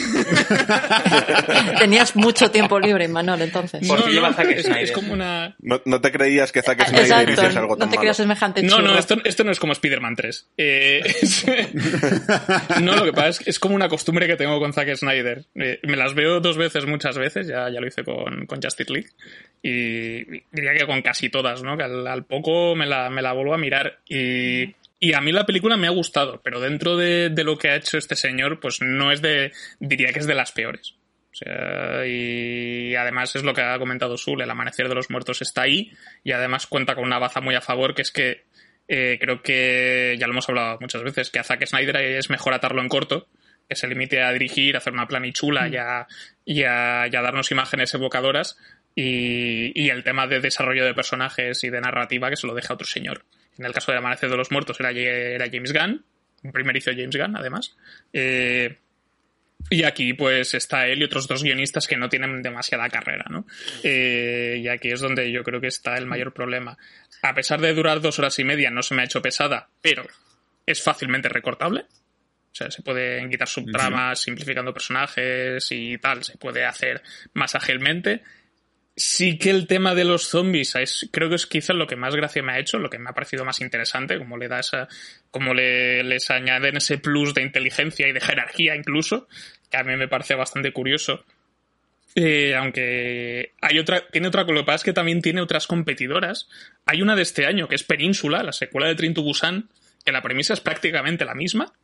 Tenías mucho tiempo libre, Manuel, entonces. ¿Por qué no, lleva no, Zack es, Snyder? es como una... No, no te creías que Zack Snyder Exacto, hiciese algo tan no te malo. creas semejante No, churro. no, esto, esto no es como Spider-Man tres. Eh, es... no, lo que pasa es que es como una costumbre que tengo con Zack Snyder. Eh, me las veo dos veces, muchas veces, ya, ya lo hice con, con Justice League. Y diría que con casi todas, ¿no? Que al, al poco me la, me la vuelvo a mirar. Y... Y a mí la película me ha gustado, pero dentro de, de lo que ha hecho este señor, pues no es de... Diría que es de las peores. O sea, y además es lo que ha comentado Sul, El Amanecer de los Muertos está ahí, y además cuenta con una baza muy a favor, que es que eh, creo que, ya lo hemos hablado muchas veces, que a Zack Snyder es mejor atarlo en corto, que se limite a dirigir, a hacer una planichula y a, y a, y a darnos imágenes evocadoras, y, y el tema de desarrollo de personajes y de narrativa que se lo deja a otro señor. En el caso del Amanecer de los Muertos era, era James Gunn, un primerizo James Gunn, además. Eh, y aquí, pues, está él y otros dos guionistas que no tienen demasiada carrera, ¿no? Eh, y aquí es donde yo creo que está el mayor problema. A pesar de durar dos horas y media, no se me ha hecho pesada, pero es fácilmente recortable. O sea, se pueden quitar subtramas, sí, simplificando personajes y tal. Se puede hacer más ágilmente. Sí que el tema de los zombies es, creo que es quizás lo que más gracia me ha hecho, lo que me ha parecido más interesante, como le da esa, como le, les añaden ese plus de inteligencia y de jerarquía incluso, que a mí me parece bastante curioso. Eh, aunque hay otra, tiene otra, lo que pasa es que también tiene otras competidoras. Hay una de este año que es Península, la secuela de Train to Busan, que la premisa es prácticamente la misma.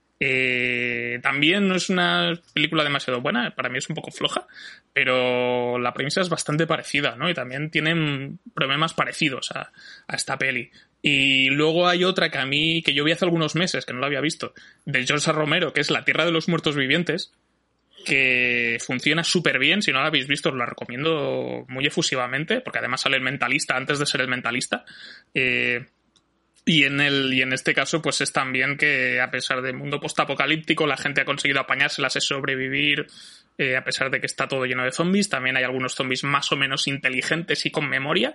Eh, también no es una película demasiado buena, para mí es un poco floja, pero la premisa es bastante parecida, ¿no? Y también tienen problemas parecidos a, a esta peli. Y luego hay otra que a mí, que yo vi hace algunos meses, que no la había visto, de George Romero, que es La Tierra de los Muertos Vivientes, que funciona súper bien. Si no la habéis visto, os la recomiendo muy efusivamente, porque además sale el mentalista antes de ser el mentalista. Eh... Y en el y en este caso, pues es también que a pesar del mundo postapocalíptico, la gente ha conseguido apañárselas, es sobrevivir, eh, a pesar de que está todo lleno de zombies. También hay algunos zombies más o menos inteligentes y con memoria.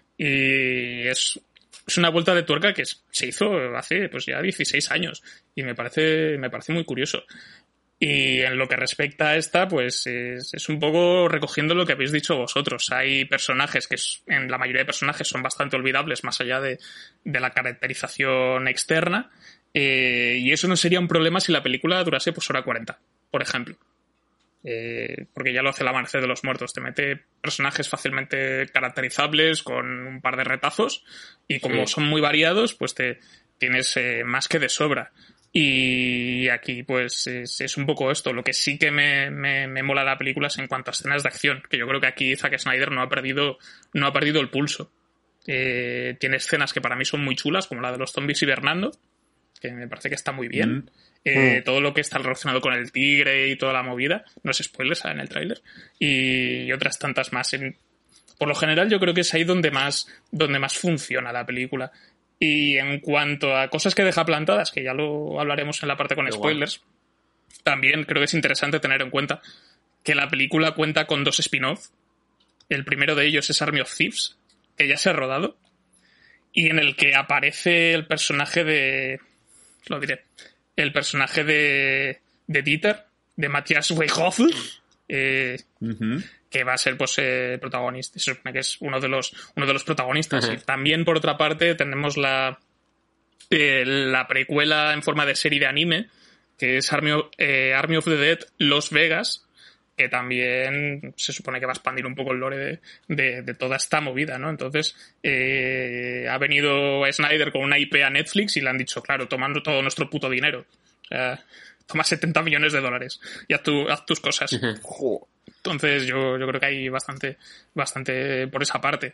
Y es, es una vuelta de tuerca que se hizo hace pues ya dieciséis años. Y me parece, me parece muy curioso. Y en lo que respecta a esta, pues es, es un poco recogiendo lo que habéis dicho vosotros. Hay personajes que, es, en la mayoría de personajes, son bastante olvidables, más allá de, de la caracterización externa. Eh, y eso no sería un problema si la película durase pues hora cuarenta, por ejemplo. Eh, porque ya lo hace El Amanecer de los Muertos. Te mete personajes fácilmente caracterizables con un par de retazos. Y como sí. son muy variados, pues te tienes eh, más que de sobra. Y aquí pues es, es un poco esto. Lo que sí que me, me, me mola la película es en cuanto a escenas de acción, que yo creo que aquí Zack Snyder no ha perdido no ha perdido el pulso. Eh, tiene escenas que para mí son muy chulas, como la de los zombies hibernando, que me parece que está muy bien. Mm. Eh, mm. Todo lo que está relacionado con el tigre y toda la movida, no es spoiler, ¿sabes? En el tráiler, y otras tantas más. En, por lo general yo creo que es ahí donde más donde más funciona la película. Y en cuanto a cosas que deja plantadas, que ya lo hablaremos en la parte con Qué spoilers, guay. También creo que es interesante tener en cuenta que la película cuenta con dos spin-off. El primero de ellos es Army of Thieves, que ya se ha rodado, y en el que aparece el personaje de... lo diré. El personaje de, de Dieter, de Matthias Weihhoff, eh, uh-huh. que va a ser pues el eh, protagonista. Se supone que es uno de los, uno de los protagonistas. Uh-huh. Y también, por otra parte, tenemos la, eh, la precuela en forma de serie de anime, que es Army of, eh, Army of the Dead Los Vegas, que también se supone que va a expandir un poco el lore de, de, de toda esta movida, ¿no? Entonces, eh, ha venido Snyder con una I P a Netflix y le han dicho, claro, tomando todo nuestro puto dinero. O sea, toma setenta millones de dólares y haz, tu, haz tus cosas. Uh-huh. Entonces, yo, yo creo que hay bastante, bastante por esa parte.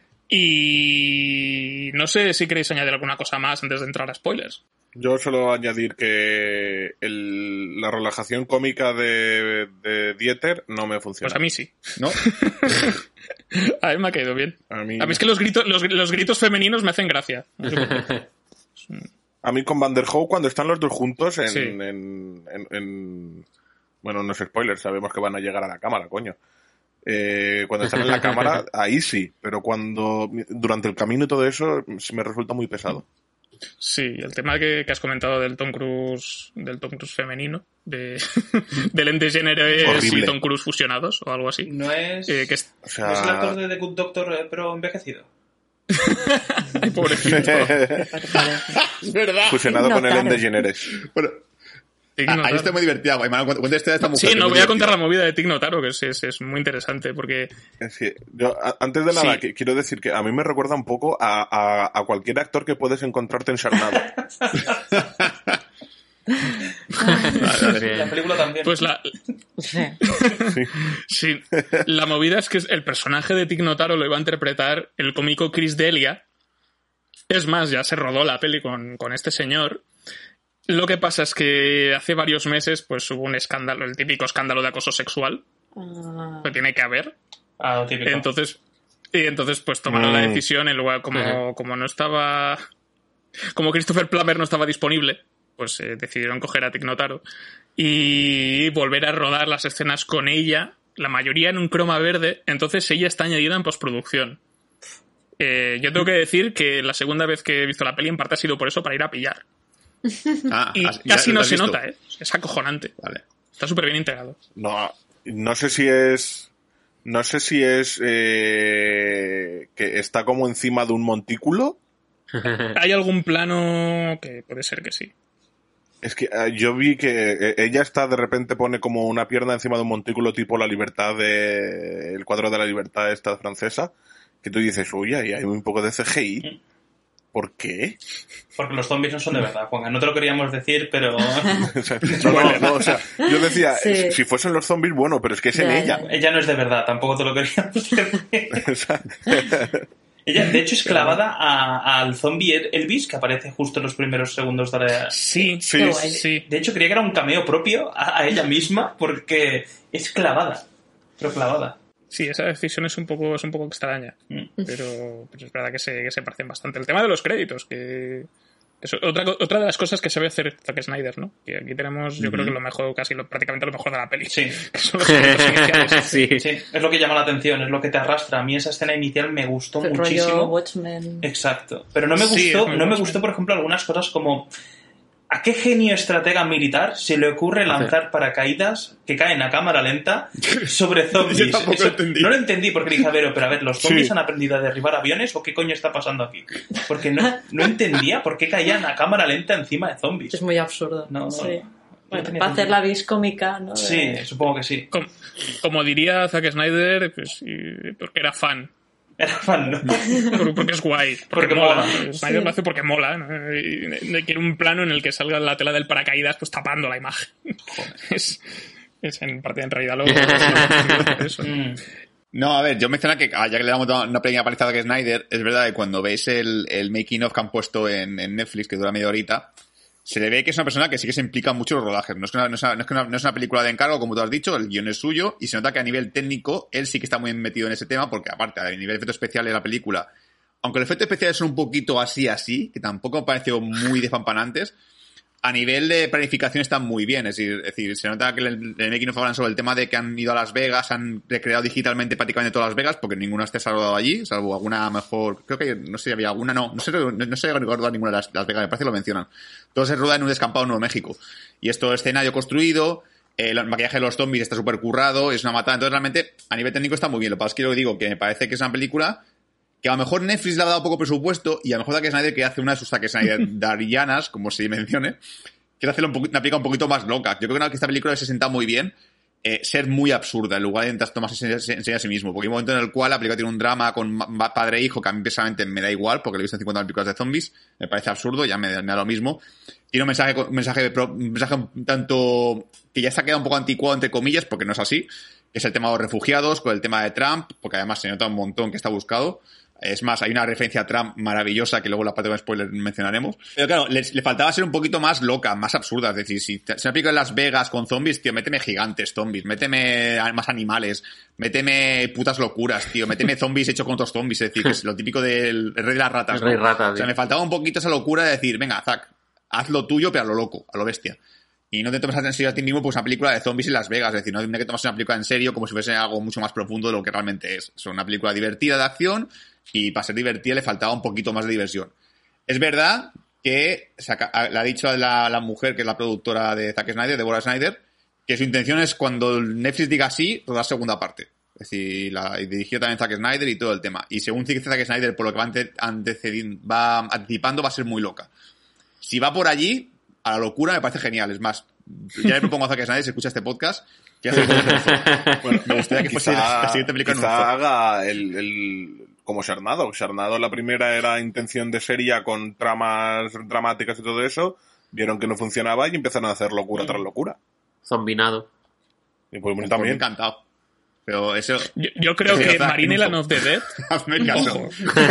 Y no sé si queréis añadir alguna cosa más antes de entrar a spoilers. Yo solo añadir que el, la relajación cómica de, de Dieter no me funciona. Pues a mí sí. ¿No? A mí me ha caído bien. A mí, a mí es que los gritos, los, los gritos femeninos me hacen gracia. No sé por qué. A mí con Van der Hoek, cuando están los dos juntos en, sí. en, en, en... Bueno, no es spoiler, sabemos que van a llegar a la cámara, coño. Eh, cuando están en la cámara, ahí sí. Pero cuando durante el camino y todo eso, me resulta muy pesado. Sí, el tema que, que has comentado del Tom Cruise, del Tom Cruise femenino, de del Ellen DeGeneres y Tom Cruise fusionados o algo así. No es, eh, que es, o sea... ¿no es el actor de The Good Doctor pero envejecido? Ay, pobrecito. Es verdad. Fusionado con Ellen DeGeneres. Bueno, ahí está muy divertida. Cuenta esta, esta mujer. Sí, no voy divertida. a contar la movida de Tig Notaro, que es, es, es muy interesante porque... Sí, yo, a, antes de nada, sí. que, quiero decir que a mí me recuerda un poco a, a, a cualquier actor que puedes encontrarte ensarnado. Vale, la película también. Pues la... Sí. Sí. Sí. La movida es que el personaje de Tig Notaro lo iba a interpretar el cómico Chris D'Elia. Es más, ya se rodó la peli con, con este señor. Lo que pasa es que hace varios meses pues hubo un escándalo, el típico escándalo de acoso sexual. Uh... Que tiene que haber. Ah, típico. Entonces, y entonces pues tomaron mm. la decisión en lugar, como, uh-huh. como no estaba... Como Christopher Plummer no estaba disponible, pues eh, decidieron coger a Tig Notaro y volver a rodar las escenas con ella, la mayoría en un croma verde, entonces ella está añadida en postproducción. Eh, yo tengo que decir que la segunda vez que he visto la peli en parte ha sido por eso, para ir a pillar. Ah, y has, casi no se visto? nota, ¿eh? Es acojonante. Vale. Está súper bien integrado. No, no sé si es... No sé si es... Eh, que está como encima de un montículo. Hay algún plano que puede ser que sí. Es que uh, yo vi que eh, ella está, de repente pone como una pierna encima de un montículo tipo la libertad de... El cuadro de la libertad esta francesa. Que tú dices, uy, ahí hay un poco de C G I. ¿Por qué? Porque los zombies no son de verdad, Juan. No te lo queríamos decir, pero... o sea, no, no, no, o sea, yo decía, sí. si fuesen los zombies, bueno, pero es que es en ella. Ella no es de verdad, tampoco te lo queríamos decir. Ella, de hecho, es clavada a, al zombie Elvis, que aparece justo en los primeros segundos de la... Sí, sí, sí. De hecho, creía que era un cameo propio a, a ella misma, porque es clavada, pero clavada. Sí, esa decisión es un poco, es un poco extraña, mm. pero, pero es verdad que se, que se parecen bastante. El tema de los créditos, que es otra, otra de las cosas que sabe hacer Zack Snyder, ¿no? Que aquí tenemos, yo mm-hmm. creo que lo mejor, casi lo, prácticamente lo mejor de la peli. Sí. Que son los créditos iniciales. Sí. Sí, es lo que llama la atención, es lo que te arrastra. A mí esa escena inicial me gustó el muchísimo. Rollo Watchmen. Exacto. Pero no me gustó, sí, no me Watchmen. gustó, por ejemplo, algunas cosas como... ¿A qué genio estratega militar se le ocurre lanzar paracaídas que caen a cámara lenta sobre zombies? Yo tampoco Eso, entendí. no lo entendí porque dije, a ver, pero a ver, ¿los zombies Sí. han aprendido a derribar aviones o qué coño está pasando aquí? Porque no, no entendía por qué caían a cámara lenta encima de zombies. Es muy absurdo. No, no, sí. no Bueno, tenía para hacer sentido. la vis cómica, ¿no? De... Sí, supongo que sí. Como, como diría Zack Snyder, pues, y- porque era fan. Era fan, ¿no? Por- Porque es guay. Porque, Porque mola. mola. Snyder Sí. lo hace porque mola, ¿no? Y y quiere un plano en el que salga la tela del paracaídas pues tapando la imagen. Es, es en parte en realidad lo... lo- eso. Mm. No, a ver, yo mencionaba que, ah, ya que le damos una pequeña palizada a Snyder, es verdad que cuando veis el, el making of que han puesto en, en Netflix, que dura media horita, se le ve que es una persona que sí que se implica mucho en los rodajes. No es, que una, no, es una, no, es que una, no es una película de encargo, como tú has dicho, el guion es suyo, y se nota que a nivel técnico él sí que está muy metido en ese tema, porque aparte, a nivel de efectos especiales de la película, aunque los efectos especiales son un poquito así, así, que tampoco me pareció muy despampanantes, a nivel de planificación están muy bien. Es decir, es decir se nota que en el making of hablan sobre el tema de que han ido a Las Vegas, han recreado digitalmente prácticamente todas Las Vegas, porque ninguna esté saludado allí, salvo alguna mejor, creo que, no sé si había alguna, no, no sé, no, no sé recordar ninguna de las, Las Vegas, me parece que lo mencionan. Todo se rueda en un descampado en Nuevo México. Y esto es escenario construido, el maquillaje de los zombies está súper currado, es una matada. Entonces realmente, a nivel técnico está muy bien. Lo que pasa es que yo digo que me parece que es una película que a lo mejor Netflix le ha dado poco presupuesto y a lo mejor Zack Snyder, que hace una de sus Zack Snyderianas, como se mencione, quiere hacerlo un poquito, una película un poquito más loca. Yo creo que esta película se sienta muy bien eh, ser muy absurda en lugar de intentar tomarse en serio a sí mismo. Porque hay un momento en el cual la película tiene un drama con padre e hijo que a mí personalmente me da igual, porque lo he visto en cincuenta películas de zombies, me parece absurdo, ya me, me da lo mismo. Tiene un mensaje, un mensaje, un mensaje un tanto que ya se ha quedado un poco anticuado, entre comillas, porque no es así, que es el tema de los refugiados, con el tema de Trump, porque además se nota un montón que está buscado. Es más, hay una referencia a Trump maravillosa que luego en la parte de spoiler mencionaremos. Pero claro, le, le faltaba ser un poquito más loca, más absurda. Es decir, si se aplica en Las Vegas con zombies, tío, méteme gigantes zombies, méteme más animales, méteme putas locuras, tío, méteme zombies hechos con otros zombies. Es decir, que es lo típico del rey de las ratas, el rey ¿no? rata, o sea, me faltaba un poquito esa locura de decir, venga, Zack, haz lo tuyo, pero a lo loco, a lo bestia. Y no te tomes en serio a ti mismo pues una película de zombies en Las Vegas. Es decir, no tienes que tomarse una película en serio como si fuese algo mucho más profundo de lo que realmente es. Es una película divertida de acción y para ser divertida le faltaba un poquito más de diversión. Es verdad que le ha dicho a la, la mujer, que es la productora de Zack Snyder, Deborah Snyder, que su intención es cuando Netflix diga sí, rodar segunda parte. Es decir, la dirigió también Zack Snyder y todo el tema. Y según dice Zack Snyder, por lo que va, ante, antecediendo, va anticipando, va a ser muy loca. Si va por allí, a la locura, me parece genial. Es más, ya le propongo a Zack Snyder, si escucha este podcast, que hace bueno, me gustaría que fuese la, la siguiente película. Quizá haga el, el, como Sharknado. Sharknado la primera era intención de serie con tramas dramáticas y todo eso. Vieron que no funcionaba y empezaron a hacer locura tras locura. Zombinado. Y pues, pues también. Me ha encantado. Pero eso... Yo, yo creo que Marine Land of the Dead... Hazme caso.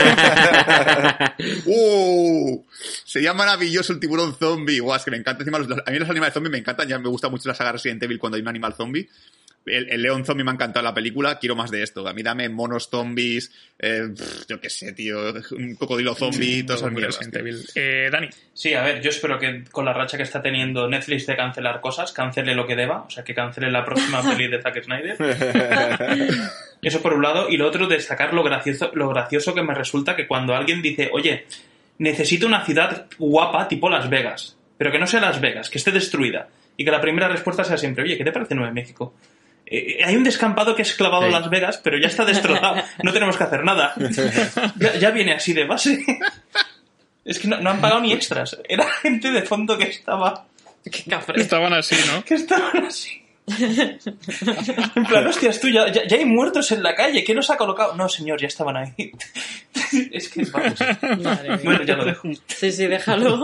¡Uh! Sería maravilloso el tiburón zombie. Guau, es que me encanta. Encima los, a mí los animales zombies me encantan. Ya me gusta mucho la saga Resident Evil cuando hay un animal zombie. El, el león zombie me ha encantado la película. Quiero más de esto. A mí dame monos zombies. Eh, pff, yo qué sé, tío. Un cocodrilo zombie. Todas esas mierdas. Resident Evil. Eh, Dani. Sí, a ver, yo espero que con la racha que está teniendo Netflix de cancelar cosas, cancele lo que deba. O sea, que cancele la próxima peli de Zack Snyder. Eso por un lado. Y lo otro, destacar lo gracioso, lo gracioso que me resulta que cuando alguien dice, oye, necesito una ciudad guapa tipo Las Vegas, pero que no sea Las Vegas, que esté destruida. Y que la primera respuesta sea siempre, oye, ¿qué te parece Nuevo México? Eh, hay un descampado que es clavado en sí. Las Vegas, pero ya está destrozado. No tenemos que hacer nada. Ya, ya viene así de base. Es que no, no han pagado ni extras. Era gente de fondo que estaba... Qué cafre. Estaban así, ¿no? Que estaban así. En plan, hostias, tú, ya, ya, ya hay muertos en la calle. ¿Quién los ha colocado? No, señor, ya estaban ahí. Es que, vamos. Madre bueno, ya lo dejo. Sí, sí, déjalo.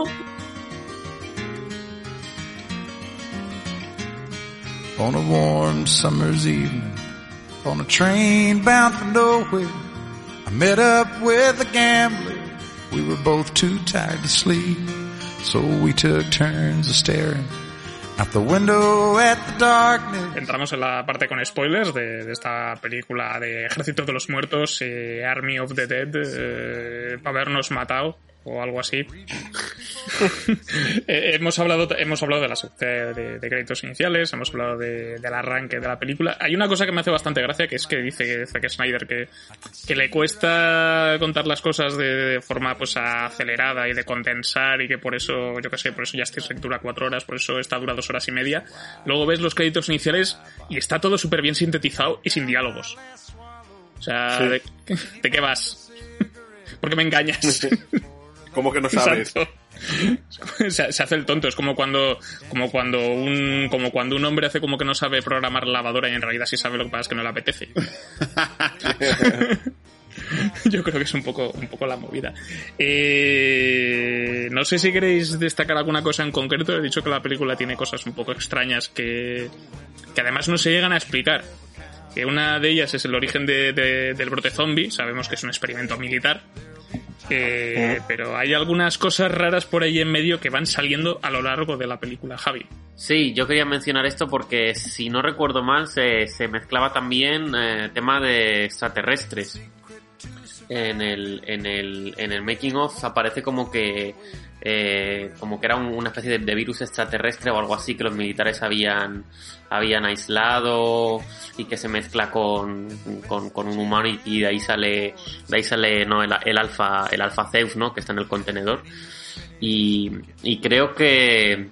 On a warm summer's evening, on a train bound for nowhere, I met up with a gambler. We were both too tired to sleep, so we took turns of staring out the window at the darkness. Entramos en la parte con spoilers de, de esta película de Ejército de los Muertos, eh, Army of the Dead, eh, para habernos matado o algo así. eh, hemos hablado hemos hablado de la de, de, de créditos iniciales, hemos hablado de, del arranque de la película. Hay una cosa que me hace bastante gracia, que es que dice Zack Snyder que, que le cuesta contar las cosas de, de forma pues acelerada y de condensar, y que por eso, yo qué sé, por eso Justice dura cuatro horas, por eso esta dura dos horas y media. Luego ves los créditos iniciales y está todo súper bien sintetizado y sin diálogos. O sea, sí. ¿de, ¿de qué vas? ¿Por qué me engañas? ¿Cómo que no sabes? Se, se hace el tonto. Es como cuando, como cuando un, como cuando un hombre hace como que no sabe programar la lavadora y en realidad sí sabe, lo que pasa es que no le apetece. Yo creo que es un poco, un poco la movida. Eh, no sé si queréis destacar alguna cosa en concreto. He dicho que la película tiene cosas un poco extrañas que, que además no se llegan a explicar. Que una de ellas es el origen de, de, del brote zombie. Sabemos que es un experimento militar. Eh, pero hay algunas cosas raras por ahí en medio que van saliendo a lo largo de la película, Javi. Sí, yo quería mencionar esto porque, si no recuerdo mal, se, se mezclaba también eh, tema de extraterrestres. en el, en el, en el making of aparece como que eh, como que era un, una especie de, de virus extraterrestre o algo así que los militares habían habían aislado y que se mezcla con, con, con un humano y, y de ahí sale de ahí sale no el, el alfa el alfa Zeus, ¿no? Que está en el contenedor y, y creo que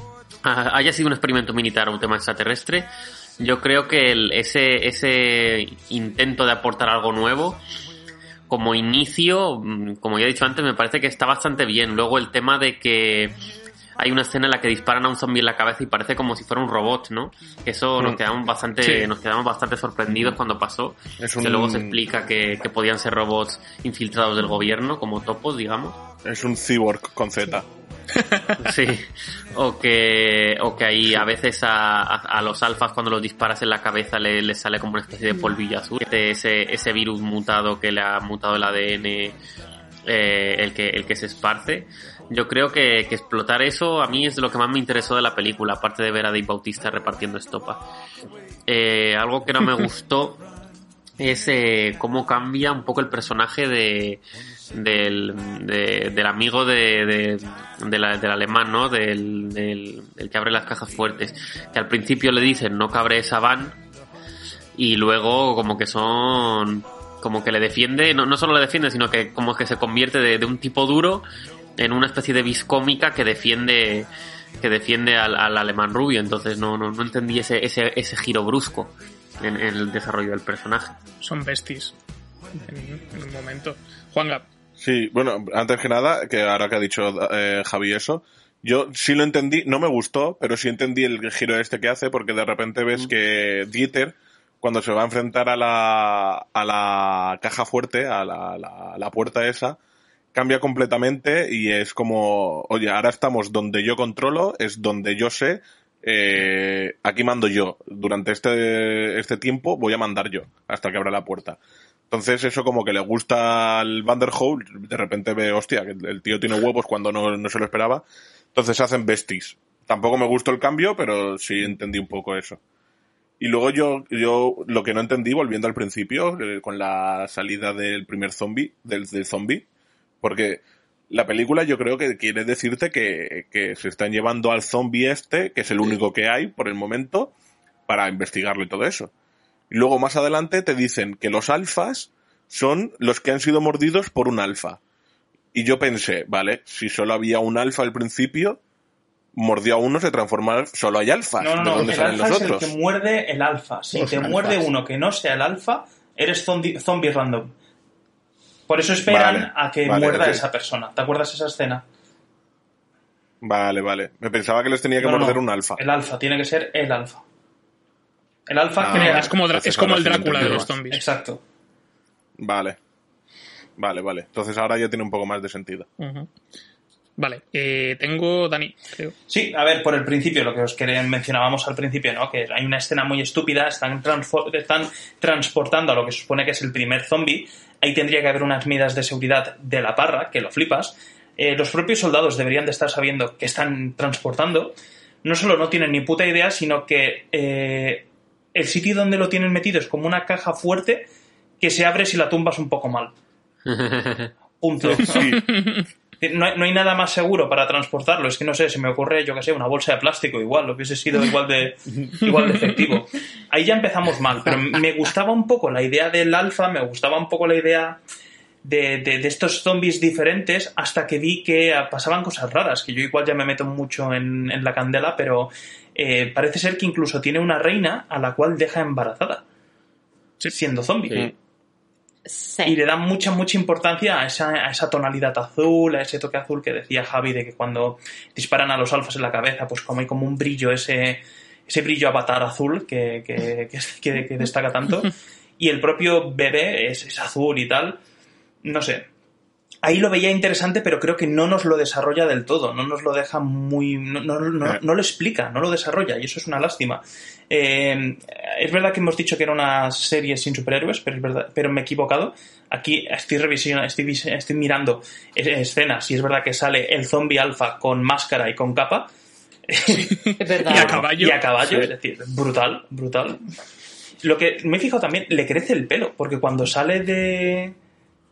haya sido un experimento militar o un tema extraterrestre. Yo creo que el, ese ese intento de aportar algo nuevo como inicio, como ya he dicho antes, me parece que está bastante bien. Luego el tema de que hay una escena en la que disparan a un zombie en la cabeza y parece como si fuera un robot, ¿no? Que eso mm. nos quedamos bastante sí. nos quedamos bastante sorprendidos cuando pasó. Es un... Que luego se explica que, que podían ser robots infiltrados del gobierno, como topos, digamos. Es un cyborg con Z. Sí, o que o que ahí a veces a, a, a los alfas cuando los disparas en la cabeza les le sale como una especie de polvillo azul, ese, ese virus mutado que le ha mutado el A D N, eh, el que el que se esparce. Yo creo que, que explotar eso a mí es de lo que más me interesó de la película, aparte de ver a Dave Bautista repartiendo estopa. Eh, algo que no me gustó es eh, cómo cambia un poco el personaje de del, de, del amigo de, de, de la, del alemán, ¿no? Del, del, del que abre las cajas fuertes, que al principio le dicen no cabre esa van y luego como que son como que le defiende, no, no solo le defiende sino que como que se convierte de, de un tipo duro en una especie de viscómica que defiende que defiende al, al alemán rubio. Entonces no, no, no entendí ese, ese, ese giro brusco en, en el desarrollo del personaje. Son besties en, en un momento. Juanga. Sí, bueno, antes que nada, que ahora que ha dicho eh, Javi eso, yo sí lo entendí, no me gustó, pero sí entendí el giro este que hace, porque de repente ves mm. que Dieter, cuando se va a enfrentar a la a la caja fuerte, a la, la, la puerta esa, cambia completamente y es como, oye, ahora estamos donde yo controlo, es donde yo sé, eh, aquí mando yo. Durante este este tiempo voy a mandar yo, hasta que abra la puerta. Entonces eso como que le gusta al Van der Hoel, de repente ve, hostia, que el tío tiene huevos cuando no, no se lo esperaba. Entonces se hacen besties. Tampoco me gustó el cambio, pero sí entendí un poco eso. Y luego yo, yo lo que no entendí, volviendo al principio, eh, con la salida del primer zombie, del, del zombie, porque la película yo creo que quiere decirte que, que se están llevando al zombie este, que es el único que hay por el momento, para investigarlo y todo eso. Y luego más adelante te dicen que los alfas son los que han sido mordidos por un alfa. Y yo pensé, vale, si solo había un alfa al principio, mordió a uno, se transforma, solo hay alfas. No, no, no, el alfa es el que muerde el alfa. Si te muerde uno que no sea el alfa, eres zombie, zombie random. Por eso esperan vale, a que vale, muerda a esa persona. ¿Te acuerdas esa escena? Vale, vale. Me pensaba que les tenía que no, morder no, un alfa. El alfa, tiene que ser el alfa. El alfa ah, crea... Es como, es como el Drácula de los zombies. Exacto. Vale. Vale, vale. Entonces ahora ya tiene un poco más de sentido. Uh-huh. Vale. Eh, tengo Dani, creo. Sí, a ver, por el principio, lo que os quería, mencionábamos al principio, ¿no? Que hay una escena muy estúpida, están, transfor- están transportando a lo que se supone que es el primer zombie. Ahí tendría que haber unas medidas de seguridad de la parra, que lo flipas. Eh, los propios soldados deberían de estar sabiendo que están transportando. No solo no tienen ni puta idea, sino que... Eh, el sitio donde lo tienen metido es como una caja fuerte que se abre si la tumbas un poco mal. Punto. Sí. No, hay, no hay nada más seguro para transportarlo. Es que no sé, se me ocurre, yo que sé, una bolsa de plástico igual, lo hubiese sido igual de, igual de efectivo. Ahí ya empezamos mal, pero me gustaba un poco la idea del alfa, me gustaba un poco la idea de, de, de estos zombies diferentes, hasta que vi que pasaban cosas raras, que yo igual ya me meto mucho en, en la candela, pero... Eh, parece ser que incluso tiene una reina a la cual deja embarazada, sí. siendo zombie. Sí. Y le dan mucha, mucha importancia a esa, a esa tonalidad azul, a ese toque azul que decía Javi, de que cuando disparan a los alfas en la cabeza, pues como hay como un brillo, ese, ese brillo avatar azul que, que, que, que, que destaca tanto. Y el propio bebé es, es azul y tal. No sé. Ahí lo veía interesante, pero creo que no nos lo desarrolla del todo, no nos lo deja muy... no, no, no, no lo explica, no lo desarrolla, y eso es una lástima. Eh, es verdad que hemos dicho que era una serie sin superhéroes, pero es verdad, pero me he equivocado. Aquí estoy revisionando, estoy, estoy mirando escenas, y es verdad que sale el zombie alfa con máscara y con capa. Es verdad. Y a caballo. Y a caballo, sí. Es decir, brutal, brutal. Lo que me he fijado también, le crece el pelo, porque cuando sale de...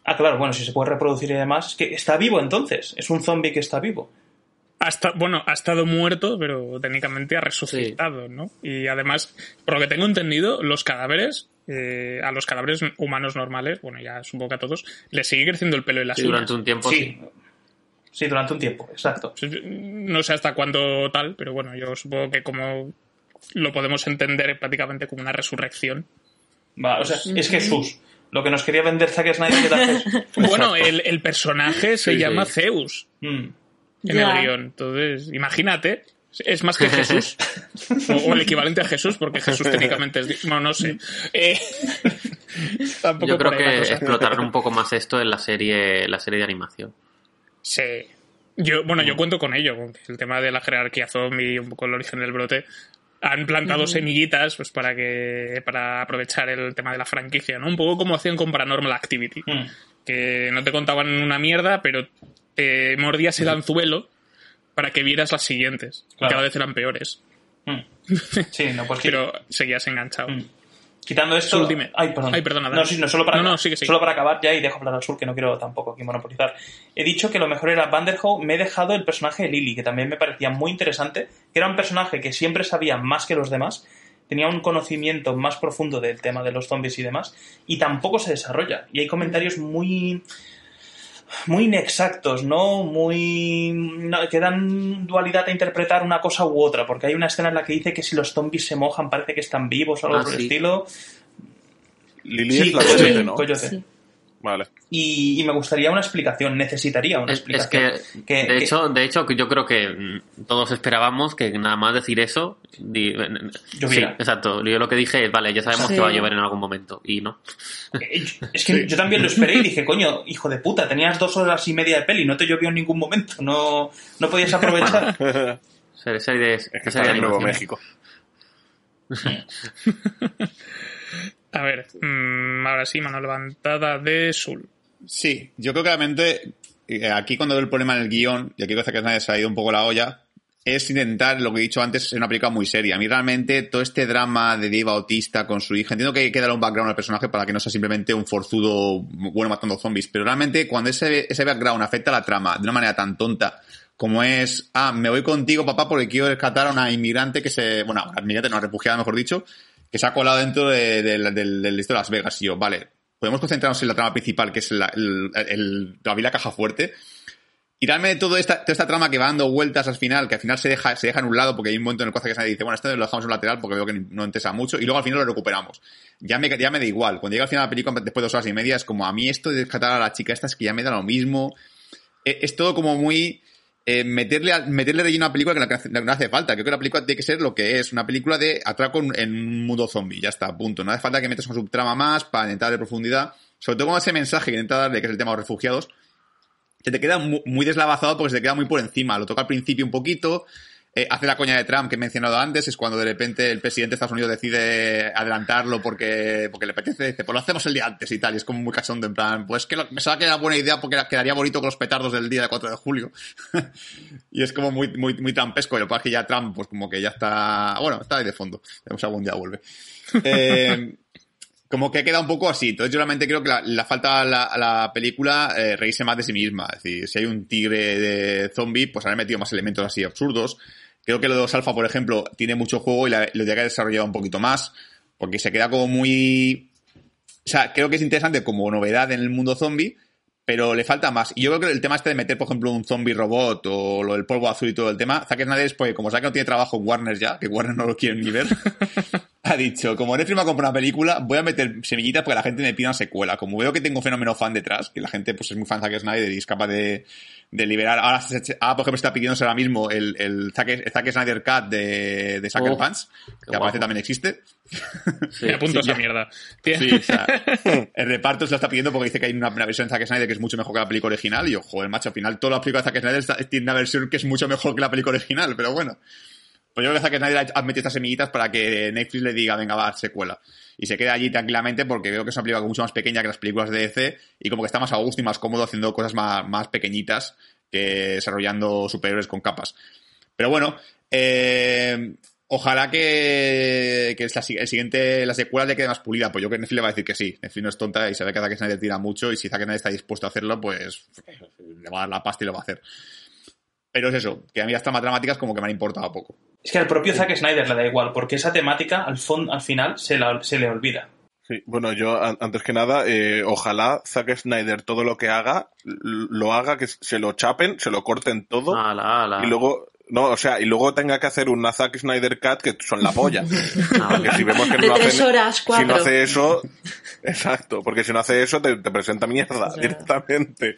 Ah, claro, bueno, si se puede reproducir y demás, es que está vivo entonces, es un zombie que está vivo. Hasta, bueno, ha estado muerto, pero técnicamente ha resucitado, sí. ¿no? Y además, por lo que tengo entendido, los cadáveres, eh, a los cadáveres humanos normales, bueno, ya supongo que a todos, les sigue creciendo el pelo y las sí, uñas. Durante un tiempo, sí. sí. Sí, durante un tiempo, exacto. No sé hasta cuándo tal, pero bueno, yo supongo que como lo podemos entender prácticamente como una resurrección. Va, o sea, es Jesús. Lo que nos quería vender Zack Snyder era Jesús. Bueno, el, el personaje se sí, llama sí. Zeus. Mm. En el guión. Entonces, imagínate, es más que Jesús. o, o el equivalente a Jesús, porque Jesús técnicamente es... Bueno, no sé. Eh, tampoco Yo creo por ahí la que cosa. explotaron un poco más esto en la serie, la serie de animación. Sí. Yo, bueno, yo cuento con ello, con el tema de la jerarquía zombie, un poco el origen del brote. Han plantado mm. semillitas pues para que para aprovechar el tema de la franquicia, ¿no? Un poco como hacían con Paranormal Activity. Mm. Que no te contaban una mierda, pero te mordías el anzuelo para que vieras las siguientes. Claro. Que cada vez eran peores. Mm. Sí, no, pues pero seguías enganchado. Mm. Quitando esto... Sul, Ay, perdón. Ay, perdona. No, sí, no, solo para, no, no, sigue, sigue. Solo para acabar ya y dejo hablar al Sur, que no quiero tampoco aquí monopolizar. He dicho que lo mejor era Vanderhoof. Me he dejado el personaje de Lily, que también me parecía muy interesante, que era un personaje que siempre sabía más que los demás, tenía un conocimiento más profundo del tema de los zombies y demás, y tampoco se desarrolla. Y hay comentarios muy... muy inexactos, ¿no? Muy... No, que dan dualidad a interpretar una cosa u otra, porque hay una escena en la que dice que si los zombies se mojan parece que están vivos o algo ah, por sí. el estilo. Lili sí, es la coyote, ¿no? Coyote. Sí. Vale. Y, y me gustaría una explicación, necesitaría una es, explicación. Es que, que, de, que... Hecho, de hecho, yo creo que todos esperábamos que nada más decir eso... Di... Sí, exacto. Yo lo que dije es, vale, ya sabemos sí. que va a llover en algún momento, y no. Es que sí. Yo también lo esperé y dije, coño, hijo de puta, tenías dos horas y media de peli, no te llovió en ningún momento, no, no podías aprovechar. Serie, serie de, es que está en Nuevo México. A ver, mmm, ahora sí, mano levantada de Sul. Sí, yo creo que realmente aquí cuando veo el problema en el guión, y aquí cosa que nadie se ha ido un poco la olla, es intentar, lo que he dicho antes, es una película muy seria. A mí realmente todo este drama de Dave Bautista con su hija, entiendo que hay que darle un background al personaje para que no sea simplemente un forzudo bueno matando zombies, pero realmente cuando ese, ese background afecta a la trama de una manera tan tonta como es, ah, me voy contigo, papá, porque quiero rescatar a una inmigrante que se, bueno, una inmigrante, no, refugiada, mejor dicho, que se ha colado dentro de, de, de, del, del esto de Las Vegas. Y yo, vale, podemos concentrarnos en la trama principal, que es la, el, el, la, la caja fuerte. Y realmente toda esta, toda esta trama que va dando vueltas al final, que al final se deja, se deja en un lado, porque hay un momento en el que se dice, bueno, esto lo dejamos en un lateral porque veo que no interesa mucho, y luego al final lo recuperamos. Ya me, ya me da igual. Cuando llega al final de la película, después de dos horas y media, es como, a mí esto de rescatar a la chica esta es que ya me da lo mismo. Es, es todo como muy... Eh, meterle, a, meterle relleno a una película que no, que no hace falta. Creo que la película tiene que ser lo que es, una película de atraco en, en un mundo zombie, ya está, punto. No hace falta que metas una subtrama más para intentar darle profundidad, sobre todo con ese mensaje que intenta darle, que es el tema de los refugiados, que te queda muy, muy deslavazado porque se te queda muy por encima. Lo toca al principio un poquito, eh, hace la coña de Trump que he mencionado antes, es cuando de repente el presidente de Estados Unidos decide adelantarlo porque, porque le apetece, dice, pues lo hacemos el día antes y tal, y es como muy cachondo, en plan, pues que lo, me sabía que era buena idea porque quedaría bonito con los petardos del día de cuatro de julio. Y es como muy, muy, muy trumpesco, y lo que pasa es que ya Trump, pues como que ya está, bueno, está ahí de fondo, veremos si algún día vuelve. Eh, como que queda un poco así. Entonces yo realmente creo que la, la falta a la, a la película eh, reírse más de sí misma. Es decir, si hay un tigre de zombie, pues haber metido más elementos así absurdos. Creo que lo de los alfa, por ejemplo, tiene mucho juego y la, lo tendría que haber desarrollado un poquito más, porque se queda como muy... O sea, creo que es interesante como novedad en el mundo zombie, pero le falta más. Y yo creo que el tema este de meter, por ejemplo, un zombie robot o lo del polvo azul y todo el tema, Zack Snyder es porque como sabe que no tiene trabajo en Warner ya, que Warner no lo quiere ni ver, ha dicho, como Netflix me ha comprado una película, voy a meter semillitas porque la gente me pide una secuela. Como veo que tengo un fenómeno fan detrás, que la gente pues es muy fan de Zack Snyder y es capaz de, de liberar. Ahora, ahora, por ejemplo, está pidiéndose ahora mismo el, el Zack, el Zack Snyder Cut de, de Sucker oh, Punch, que aparece también existe. Sí, me apunto sí, esa mierda. Sí, o sea, el reparto se lo está pidiendo porque dice que hay una, una versión de Zack Snyder que es mucho mejor que la película original. Y yo, joder, macho, al final todas las películas de Zack Snyder está, tienen una versión que es mucho mejor que la película original, pero bueno. Pues yo creo que Zack Snyder ha metido estas semillitas para que Netflix le diga, venga, va, secuela. Y se queda allí tranquilamente porque veo que es una película mucho más pequeña que las películas de D C y como que está más a gusto y más cómodo haciendo cosas más, más pequeñitas que desarrollando superhéroes con capas. Pero bueno, eh, Ojalá que, que la, el siguiente, la secuela le quede más pulida. Pues yo creo que Netflix le va a decir que sí. Netflix no es tonta y sabe que Zack Snyder tira mucho y si Zack Snyder está dispuesto a hacerlo, pues le va a dar la pasta y lo va a hacer. Pero es eso, que a mí las tramas dramáticas como que me han importado poco. Es que al propio Zack Snyder le da igual, porque esa temática al, fond, al final se, la, se le olvida. Sí, bueno, yo antes que nada, eh, ojalá Zack Snyder todo lo que haga, lo haga que se lo chapen, se lo corten todo ala, ala. y luego, no, o sea, y luego tenga que hacer una Zack Snyder Cut que son la polla. Porque si vemos que de no tres hace, horas, cuatro. si no hace eso, exacto, porque si no hace eso te, te presenta mierda o sea. directamente.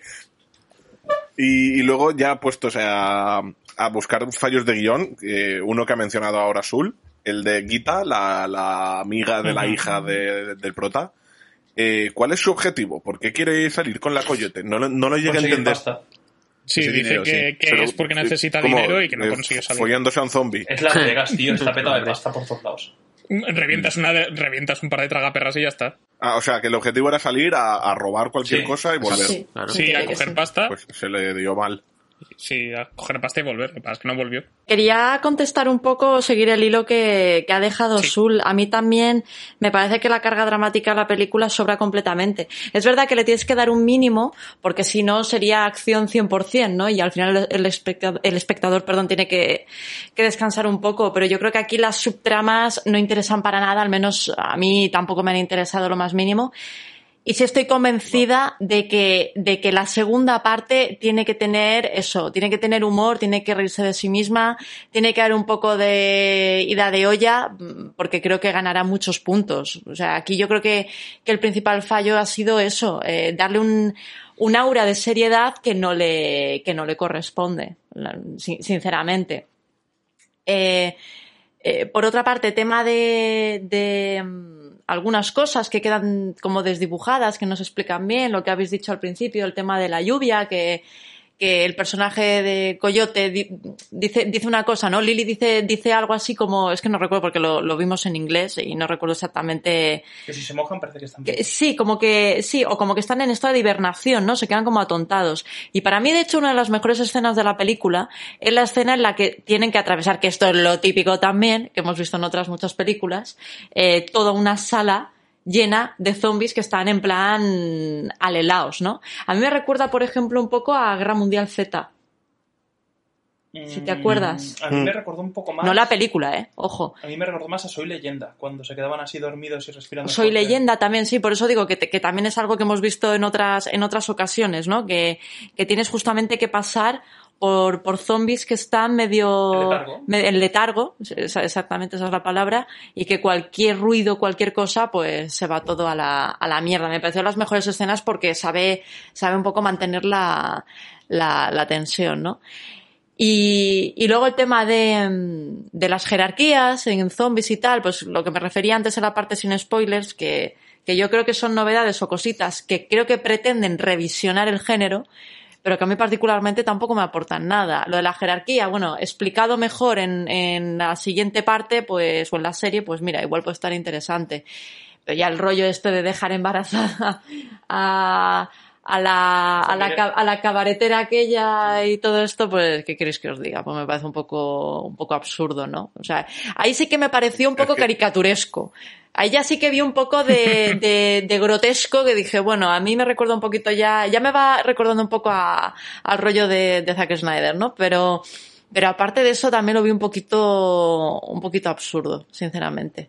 Y, y luego ya puestos a, a buscar fallos de guión, eh, uno que ha mencionado ahora Sul, el de Gita, la, la amiga de la hija de, de, del prota. Eh, ¿Cuál es su objetivo? ¿Por qué quiere salir con la Coyote? No, no lo llega a entender. Pasta. Sí, dice dinero, que, sí. que Pero, es porque necesita como, dinero y que no eh, consigue salir. Follándose a un zombie. Es Las Vegas, tío, está petado de pasta por todos lados. Revientas, una de, revientas un par de tragaperras y ya está. Ah, o sea, que el objetivo era salir a, a robar cualquier sí. cosa y volver. Sí, Claro. Sí, a coger pasta. Pues se le dio mal. Sí, a coger pasta y volver. Lo que pasa es que no volvió. Quería contestar un poco, seguir el hilo que, que ha dejado Sí. Sul. A mí también me parece que la carga dramática de la película sobra completamente. Es verdad que le tienes que dar un mínimo, porque si no sería acción cien por ciento, ¿no? Y al final el espectador, el espectador perdón, tiene que, que descansar un poco. Pero yo creo que aquí las subtramas no interesan para nada, al menos a mí tampoco me han interesado lo más mínimo. Y sí estoy convencida de que, de que la segunda parte tiene que tener eso, tiene que tener humor, tiene que reírse de sí misma, tiene que haber un poco de ida de olla, porque creo que ganará muchos puntos. O sea, aquí yo creo que, que el principal fallo ha sido eso, eh, darle un, un aura de seriedad que no le, que no le corresponde, sinceramente. Eh, eh, por otra parte, tema de, de, algunas cosas que quedan como desdibujadas, que no se explican bien, lo que habéis dicho al principio, el tema de la lluvia, que, que el personaje de Coyote di, dice, dice una cosa, ¿no? Lily dice, dice algo así como, es que no recuerdo porque lo, lo vimos en inglés y no recuerdo exactamente. Que si se mojan parece que están que, sí, como que, sí, o como que están en estado de hibernación, ¿no? Se quedan como atontados. Y para mí, de hecho, una de las mejores escenas de la película es la escena en la que tienen que atravesar, que esto es lo típico también, que hemos visto en otras muchas películas, eh, toda una sala llena de zombies que están en plan alelaos, ¿no? A mí me recuerda, por ejemplo, un poco a Guerra Mundial Z. Si te acuerdas. A mí me recordó un poco más... No la película, ¿eh? Ojo. A mí me recordó más a Soy Leyenda, cuando se quedaban así dormidos y respirando. Soy fuerte. Leyenda también, sí, por eso digo que, te, que también es algo que hemos visto en otras, en otras ocasiones, ¿no? Que, que tienes justamente que pasar por, por zombies que están medio... En letargo. Me, en letargo, exactamente esa es la palabra, y que cualquier ruido, cualquier cosa, pues se va todo a la, a la mierda. Me pareció las mejores escenas porque sabe, sabe un poco mantener la, la, la tensión, ¿no? Y, y luego el tema de, de las jerarquías en zombies y tal, pues lo que me refería antes en la parte sin spoilers, que, que yo creo que son novedades o cositas que creo que pretenden revisionar el género, pero que a mí particularmente tampoco me aportan nada. Lo de la jerarquía, bueno, explicado mejor en, en la siguiente parte, pues, o en la serie, pues mira, igual puede estar interesante. Pero ya el rollo este de dejar embarazada a, a la, a la, a la cabaretera aquella y todo esto, pues, ¿qué queréis que os diga? Pues me parece un poco, un poco absurdo, ¿no? O sea, ahí sí que me pareció un poco es que... caricaturesco. Ahí ya sí que vi un poco de, de, de grotesco, que dije, bueno, a mí me recuerda un poquito ya, ya me va recordando un poco a, al rollo de, de Zack Snyder, ¿no? Pero, pero aparte de eso también lo vi un poquito, un poquito absurdo, sinceramente.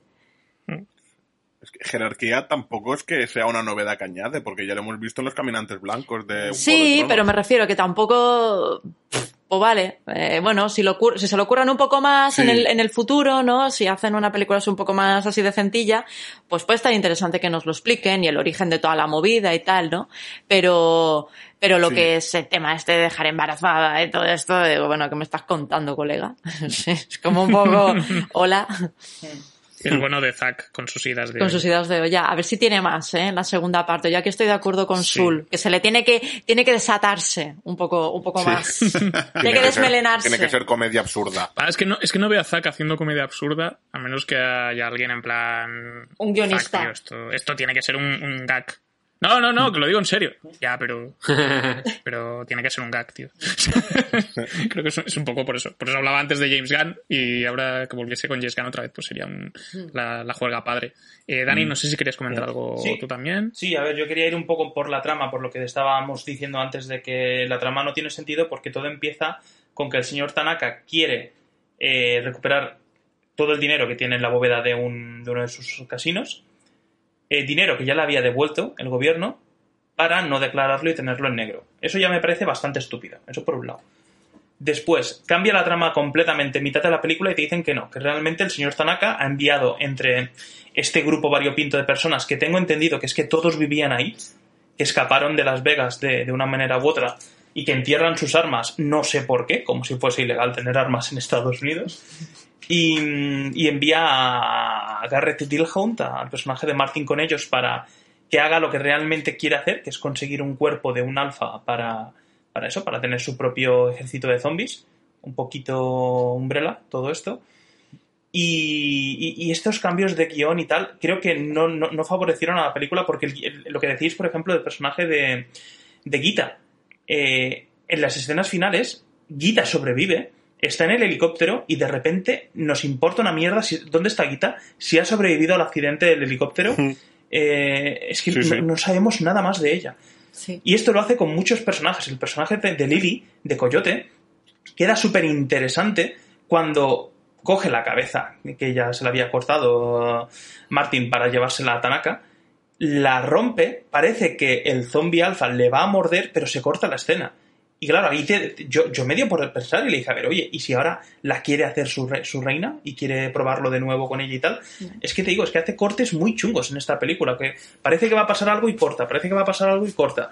Es que jerarquía tampoco es que sea una novedad que añade, porque ya lo hemos visto en los Caminantes Blancos de... Sí, pero me refiero que tampoco... Pues vale, eh, bueno, si, lo, si se lo ocurran un poco más sí. en, el, en el futuro, ¿no? Si hacen una película un poco más así decentilla, pues puede estar interesante que nos lo expliquen y el origen de toda la movida y tal, ¿no? Pero, pero lo sí. que es el tema este de dejar embarazada y todo esto, digo, bueno, ¿qué me estás contando, colega? Es como un poco, hola. El bueno de Zack con sus idas de Con sus idas de olla. A ver si tiene más, ¿eh? En la segunda parte. Ya que estoy de acuerdo con sí. Sul. Que se le tiene que, tiene que desatarse un poco, un poco sí. más. tiene, tiene que desmelenarse. Ser, tiene que ser comedia absurda. Ah, es que no, es que no veo a Zack haciendo comedia absurda, a menos que haya alguien en plan... Un guionista. Zack, tío, esto, esto tiene que ser un, un gag. No, no, no, que lo digo en serio. Ya, pero pero tiene que ser un gag, tío. Creo que es un poco por eso. Por eso hablaba antes de James Gunn y ahora que volviese con James Gunn otra vez, pues sería un, la, la juerga padre. Eh, Dani, no sé si querías comentar algo sí. tú también. Sí, a ver, yo quería ir un poco por la trama, por lo que estábamos diciendo antes de que la trama no tiene sentido porque todo empieza con que el señor Tanaka quiere eh, recuperar todo el dinero que tiene en la bóveda de, un, de uno de sus casinos. Eh, dinero que ya le había devuelto el gobierno para no declararlo y tenerlo en negro. Eso ya me parece bastante estúpido. Eso por un lado. Después, cambia la trama completamente en mitad de la película y te dicen que no, que realmente el señor Tanaka ha enviado entre este grupo variopinto de personas que tengo entendido que es que todos vivían ahí, que escaparon de Las Vegas de, de una manera u otra y que entierran sus armas, no sé por qué, como si fuese ilegal tener armas en Estados Unidos. Y, y envía a Garrett Dillahunt, al personaje de Martin, con ellos para que haga lo que realmente quiere hacer, que es conseguir un cuerpo de un alfa para, para eso, para tener su propio ejército de zombies. Un poquito Umbrella, todo esto. Y, y, y estos cambios de guión y tal, creo que no, no, no favorecieron a la película porque el, el, lo que decís, por ejemplo, del personaje de, de Gita. Eh, en las escenas finales, Gita sobrevive, está en el helicóptero y de repente nos importa una mierda si, dónde está Gita, si ha sobrevivido al accidente del helicóptero. Eh, es que sí, no, sí. no sabemos nada más de ella. Sí. Y esto lo hace con muchos personajes. El personaje de, de Lily, de Coyote, queda súper interesante cuando coge la cabeza que ya se le había cortado Martin para llevársela a Tanaka, la rompe, parece que el zombie alfa le va a morder, pero se corta la escena. Y claro, ahí te, yo, yo me dio por pensar y le dije, a ver, oye, ¿y si ahora la quiere hacer su, re, su reina y quiere probarlo de nuevo con ella y tal? No. Es que te digo, es que hace cortes muy chungos en esta película, que parece que va a pasar algo y corta, parece que va a pasar algo y corta.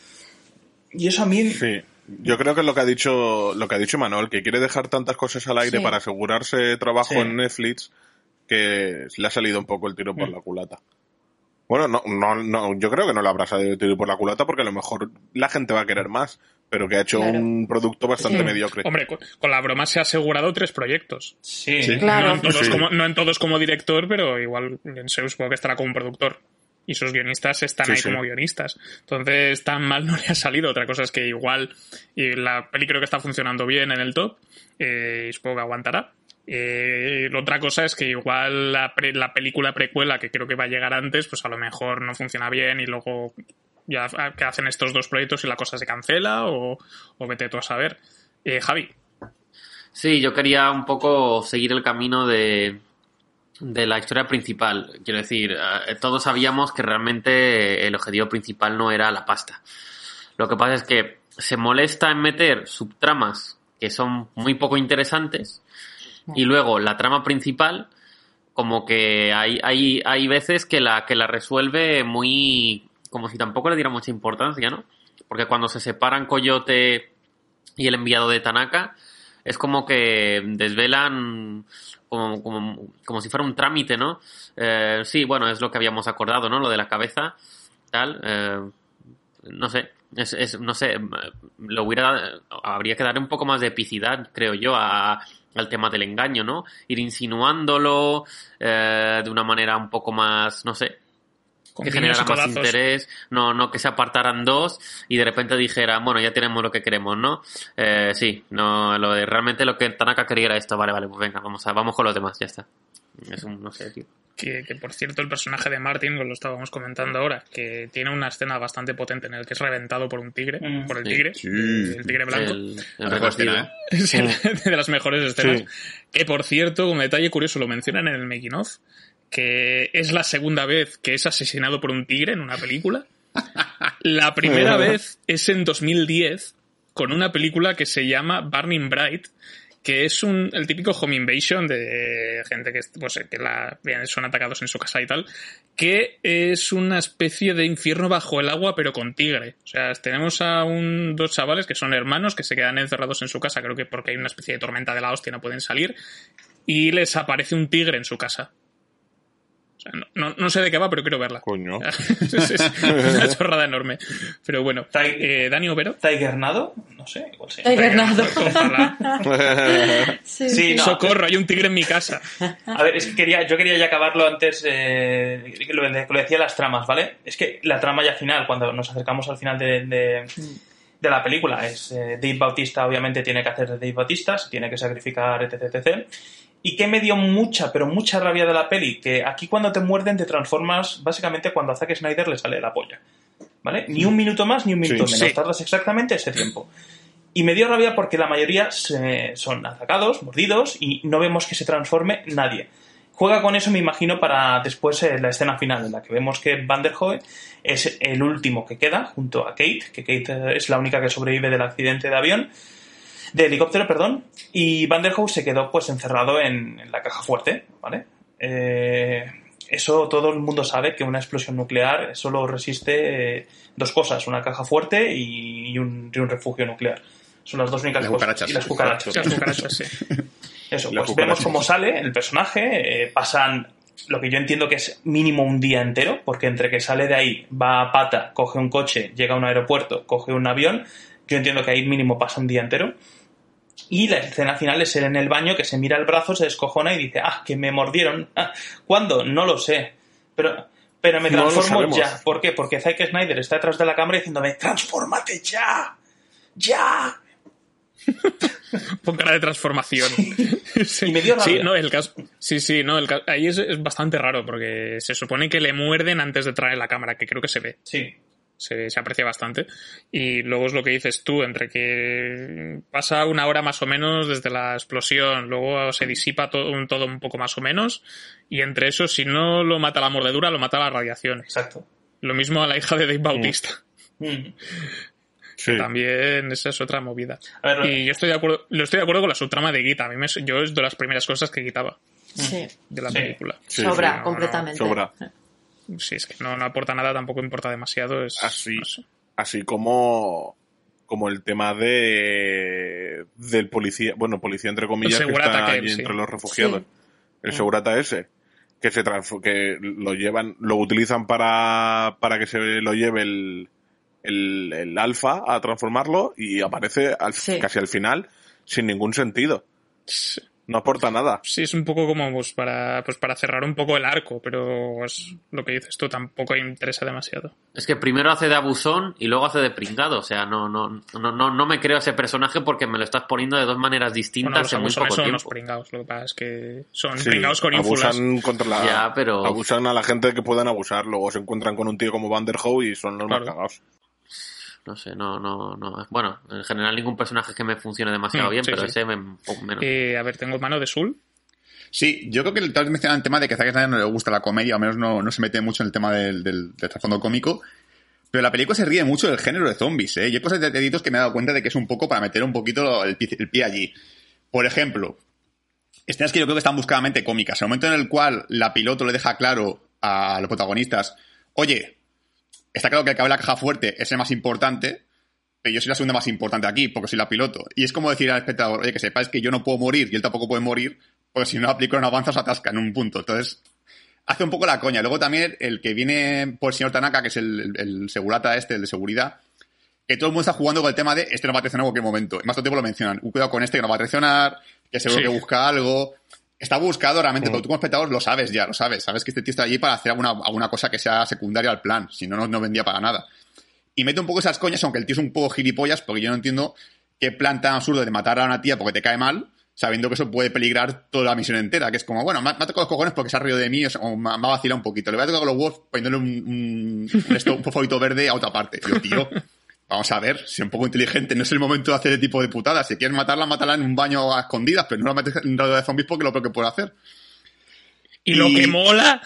Y eso a mí... Sí, yo creo que es lo que ha dicho, lo que ha dicho Manuel, que quiere dejar tantas cosas al aire sí. para asegurarse trabajo sí. en Netflix, que le ha salido un poco el tiro por mm. la culata. Bueno, no, no, no, yo creo que no le habrá salido el tiro por la culata porque a lo mejor la gente va a querer más, pero que ha hecho claro. un producto bastante sí. mediocre. Hombre, con, con la broma se ha asegurado tres proyectos. Sí, sí. claro. No en, todos sí. como, no en todos como director, pero igual en Zeus supongo que estará como productor. Y sus guionistas están sí, ahí sí. como guionistas. Entonces, tan mal no le ha salido. Otra cosa es que igual y la peli creo que está funcionando bien en el top eh, y supongo que aguantará. Eh, la otra cosa es que igual la, pre, la película precuela, que creo que va a llegar antes, pues a lo mejor no funciona bien y luego ya que hacen estos dos proyectos y la cosa se cancela o, o vete tú a saber. Eh, Javi. Sí, yo quería un poco seguir el camino de, de la historia principal. Quiero decir, eh, todos sabíamos que realmente el objetivo principal no era la pasta. Lo que pasa es que se molesta en meter subtramas que son muy poco interesantes. Y luego la trama principal, como que hay, hay, hay veces que la, que la resuelve muy... como si tampoco le diera mucha importancia, ¿no? Porque cuando se separan Coyote y el enviado de Tanaka, es como que desvelan como, como, como si fuera un trámite, ¿no? Eh, sí, bueno, es lo que habíamos acordado, ¿no? Lo de la cabeza, tal... Eh, no sé, es, es, no sé, lo hubiera, habría que darle un poco más de epicidad, creo yo, a... al tema del engaño, ¿no? Ir insinuándolo eh, de una manera un poco más, no sé, con que generara más interés, no, no que se apartaran dos y de repente dijera, bueno, ya tenemos lo que queremos, ¿no? Eh, sí, no, lo de, realmente lo que Tanaka quería era esto, vale, vale, pues venga, vamos a, vamos con los demás, ya está. Es un, no sé, tío. Que, que por cierto el personaje de Martin, lo estábamos comentando ahora, que tiene una escena bastante potente en el que es reventado por un tigre, mm, por el tigre, sí. el tigre blanco. El, el recogido, ¿eh? Es el, de las mejores escenas. Sí. Que por cierto, un detalle curioso, lo mencionan en el making of, que es la segunda vez que es asesinado por un tigre en una película. La primera vez es en dos mil diez con una película que se llama Burning Bright, que es un, el típico home invasion de gente que, pues, que la, son atacados en su casa y tal, que es una especie de infierno bajo el agua pero con tigre. O sea, tenemos a un, dos chavales que son hermanos que se quedan encerrados en su casa, creo que porque hay una especie de tormenta de la hostia, no pueden salir, y les aparece un tigre en su casa. sea, no, no, no sé de qué va, pero quiero verla. Coño. es, es, es una chorrada enorme. Pero bueno, eh, Dani Overo. ¿Tigernado? No sé, igual sí. Tigernado. sí, sí, no. Socorro, hay un tigre en mi casa. A ver, es que quería, yo quería ya acabarlo antes, eh, lo, lo decía las tramas, ¿vale? Es que la trama ya final, cuando nos acercamos al final de... de de la película es eh, Dave Bautista obviamente tiene que hacer de Dave Bautista, se tiene que sacrificar, etc, etcétera. Y que me dio mucha, pero mucha rabia de la peli, que aquí cuando te muerden te transformas básicamente cuando a Zack Snyder le sale la polla, ¿vale? Ni un minuto más ni un minuto sí, menos, sí. Tardas exactamente ese tiempo. Y me dio rabia porque la mayoría se, son atacados, mordidos, y no vemos que se transforme nadie. Juega con eso, me imagino, para después eh, la escena final, en la que vemos que Van der Hoe es el último que queda, junto a Kate, que Kate es la única que sobrevive del accidente de avión, de helicóptero, perdón, y Van der Hoe se quedó pues encerrado en, en la caja fuerte, ¿vale? Eh, eso todo el mundo sabe que una explosión nuclear solo resiste eh, dos cosas, una caja fuerte y, y, un, y un refugio nuclear. Son las dos únicas las cosas. Cucarachas. Y las cucarachas. Las cucarachas, sí. Eso, pues vemos cómo sale el personaje, eh, pasan lo que yo entiendo que es mínimo un día entero, porque entre que sale de ahí, va a pata, coge un coche, llega a un aeropuerto, coge un avión, yo entiendo que ahí mínimo pasa un día entero. Y la escena final es él en el baño, que se mira el brazo, se descojona y dice, ah, que me mordieron. Ah, ¿cuándo? No lo sé. Pero, pero me transformo no ya. ¿Por qué? Porque Zack Snyder está detrás de la cámara diciéndome, ¡transfórmate ya! ¡Ya! Pon cara de transformación. Sí. Y me dio rabia. Sí, no, el caso, sí, sí, no, el caso, ahí es, es bastante raro porque se supone que le muerden antes de traer la cámara, que creo que se ve. Sí. Se, se aprecia bastante. Y luego es lo que dices tú, entre que pasa una hora más o menos desde la explosión, luego se disipa todo un, todo un poco más o menos, y entre eso, si no lo mata la mordedura, lo mata la radiación. Exacto. Lo mismo a la hija de Dave Bautista. Mm. Mm. Sí. También esa es otra movida. A ver, y yo estoy de acuerdo, lo estoy de acuerdo con la subtrama de Guita. A mí me, yo es de las primeras cosas que quitaba sí. de la sí. película. Sí, sobra, sí, no, completamente. No, sobra. Sí, es que no, no aporta nada, tampoco importa demasiado. Es, así, no sé. así como, como el tema de del policía, bueno, policía entre comillas, que está allí sí. entre los refugiados. Sí. El segurata ese. Que se transf- que lo llevan, lo utilizan para, para que se lo lleve el, el, el alfa a transformarlo y aparece al, sí. casi al final sin ningún sentido. Sí. No aporta nada. Sí, es un poco como pues para, pues para cerrar un poco el arco, pero es lo que dices tú, tampoco interesa demasiado. Es que primero hace de abusón y luego hace de pringado. O sea, no, no, no, no, no me creo ese personaje porque me lo estás poniendo de dos maneras distintas bueno, los en muy abusones poco son tiempo. Los pringados, lo que pasa es que son Sí, pringados con ínfulas. abusan contra la, ya, pero... abusan a la gente que puedan abusar. Luego se encuentran con un tío como Van der Hoe y son los Claro. más cagados. No sé, no, no, no. Bueno, en general ningún personaje que me funcione demasiado Mm, bien, sí, pero sí. ese me un poco menos. Eh, a ver, tengo mano de Sul. Sí, yo creo que te has mencionado el tema de que a Zack Snyder no le gusta la comedia, al menos no, no se mete mucho en el tema del, del, del trasfondo cómico, pero la película se ríe mucho del género de zombies, ¿eh? Y hay cosas de deditos que me he dado cuenta de que es un poco para meter un poquito el pie, el pie allí. Por ejemplo, escenas que yo creo que están buscadamente cómicas. El momento en el cual la piloto le deja claro a los protagonistas, oye, está claro que el que abre la caja fuerte es el más importante, pero yo soy la segunda más importante aquí, porque soy la piloto. Y es como decir al espectador, oye, que sepáis que yo no puedo morir y él tampoco puede morir, porque si no aplico no avanza, se atasca en un punto. Entonces, hace un poco la coña. Luego también el que viene por el señor Tanaka, que es el, el, el segurata este, el de seguridad, que todo el mundo está jugando con el tema de este no va a traicionar en cualquier momento. Y más todo el tiempo lo mencionan. Un cuidado con este que no va a traicionar, que seguro Sí. que busca algo. Está buscado realmente, Mm. pero tú como espectador lo sabes ya, lo sabes. Sabes que este tío está allí para hacer alguna, alguna cosa que sea secundaria al plan. Si no, no, no vendía para nada. Y mete un poco esas coñas, aunque el tío es un poco gilipollas, porque yo no entiendo qué plan tan absurdo de matar a una tía porque te cae mal, sabiendo que eso puede peligrar toda la misión entera, que es como, bueno, me ha tocado los cojones porque se ha reído de mí o, sea, o me ha vacilado un poquito. Le voy a tocar los huevos poniéndole un, un, un, esto, un fosforito verde a otra parte. Yo, tío, vamos a ver, si un poco inteligente, no es el momento de hacer ese tipo de putadas. Si quieres matarla, mátala en un baño a escondidas, pero no la metes en un radio de zombies porque es lo peor que puede hacer. Y, y lo que mola,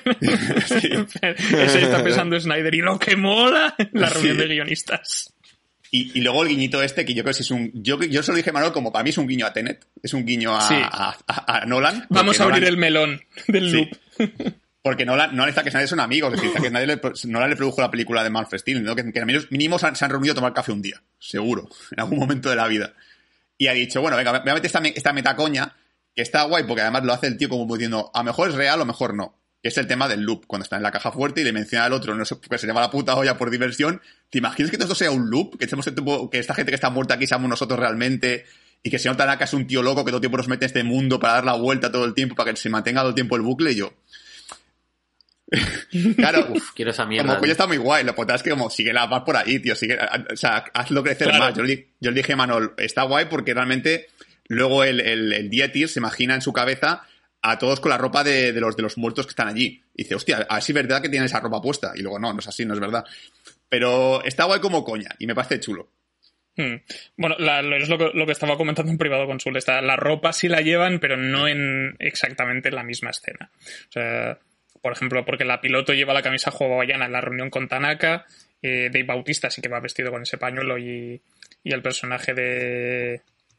sí. ese está pensando Snyder, y lo que mola, la reunión sí. de guionistas. Y, y luego el guiñito este, que yo creo que es un... Yo, yo se lo dije a Manuel, como para mí es un guiño a Tenet, es un guiño a, sí. a, a, a Nolan. Vamos a abrir Nolan, el melón del sí. loop. Porque Nolan, Nolan y Zack Snyder son amigos, es decir, Zack Snyder le, Nolan le produjo la película de Man of Steel, ¿no? que, que mínimo se han, se han reunido a tomar café un día, seguro, en algún momento de la vida. Y ha dicho, bueno, venga, voy a meter esta, esta metacoña, que está guay, porque además lo hace el tío como diciendo, a lo mejor es real o mejor no. que es el tema del loop. Cuando está en la caja fuerte y le menciona al otro, no sé, que se llama la puta olla por diversión. ¿Te imaginas que todo esto sea un loop? Que, estemos, que esta gente que está muerta aquí seamos nosotros realmente, y que el señor Tanaka es un tío loco que todo el tiempo nos mete en este mundo para dar la vuelta todo el tiempo, para que se mantenga todo el tiempo el bucle. Y yo... Claro, Uf, quiero esa mierda. Como coño está muy guay, lo que es que como sigue la más por ahí, tío, sigue, o sea, hazlo crecer Claro. más. Yo le, yo le dije a Manol, está guay porque realmente luego el, el, el Dieter se imagina en su cabeza a todos con la ropa de, de los de los muertos que están allí. Y dice, hostia, así es verdad que tienen esa ropa puesta. Y luego, no, no es así, no es verdad. Pero está guay como coña, y me parece chulo. Hmm. Bueno, la, lo, es lo que, lo que estaba comentando en privado con Sul. Está, la ropa sí la llevan, pero no en exactamente la misma escena. O sea, por ejemplo, porque la piloto lleva la camisa hawaiana en la reunión con Tanaka, eh, Dave Bautista sí que va vestido con ese pañuelo y, y el personaje de...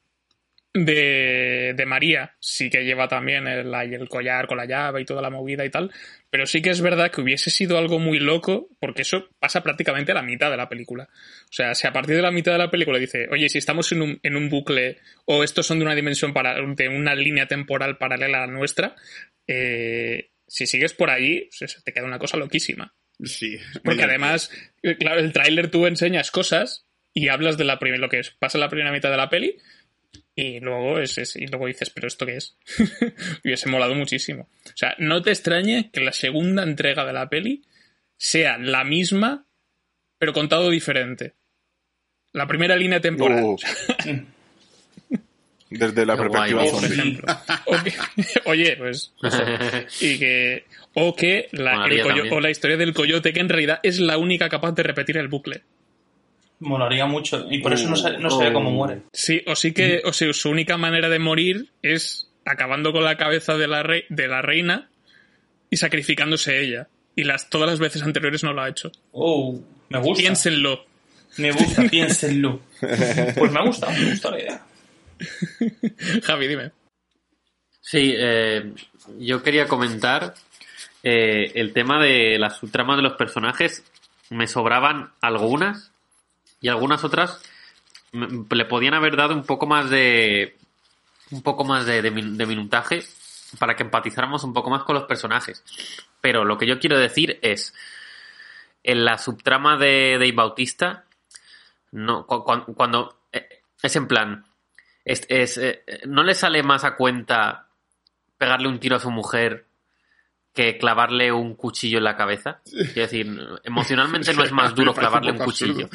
De, de María sí que lleva también el, el collar con la llave y toda la movida y tal, pero sí que es verdad que hubiese sido algo muy loco, porque eso pasa prácticamente a la mitad de la película. O sea, si a partir de la mitad de la película dice, oye, si estamos en un, en un bucle o estos son de una dimensión para, de una línea temporal paralela a la nuestra, eh, si sigues por ahí, pues te queda una cosa loquísima. Sí. Porque además, claro, el tráiler tú enseñas cosas y hablas de la prim- lo que es, pasa en la primera mitad de la peli. Y luego, es, es, y luego dices, ¿pero esto qué es? Hubiese molado muchísimo. O sea, no te extrañe que la segunda entrega de la peli sea la misma, pero contado diferente. La primera línea temporal. Uh. Desde la Qué perspectiva guay, Por zombie. ejemplo. O que- oye, pues... Eso. Y que... O que la, Molaría el coyo- también. o la historia del coyote, que en realidad es la única capaz de repetir el bucle. Molaría mucho. Y por eso no se, no se ve cómo muere. Sí, o sí que, o sea, su única manera de morir es acabando con la cabeza de la, rei- de la reina y sacrificándose ella. Y las, todas las veces anteriores no lo ha hecho. Oh, me gusta. Piénsenlo. Me gusta, piénsenlo. Pues me ha gustado, me gusta la idea. Javi, dime. Sí, eh, yo quería comentar eh, el tema de las subtramas de los personajes. Me sobraban algunas y algunas otras m- le podían haber dado un poco más de un poco más de, de, min- de minutaje para que empatizáramos un poco más con los personajes. Pero lo que yo quiero decir es, en la subtrama de Dave Bautista, no, cu- cu- cuando eh, es en plan, es, es, eh, no le sale más a cuenta pegarle un tiro a su mujer que clavarle un cuchillo en la cabeza. Quiero decir, emocionalmente no es más duro Me parece clavarle un un poco cuchillo.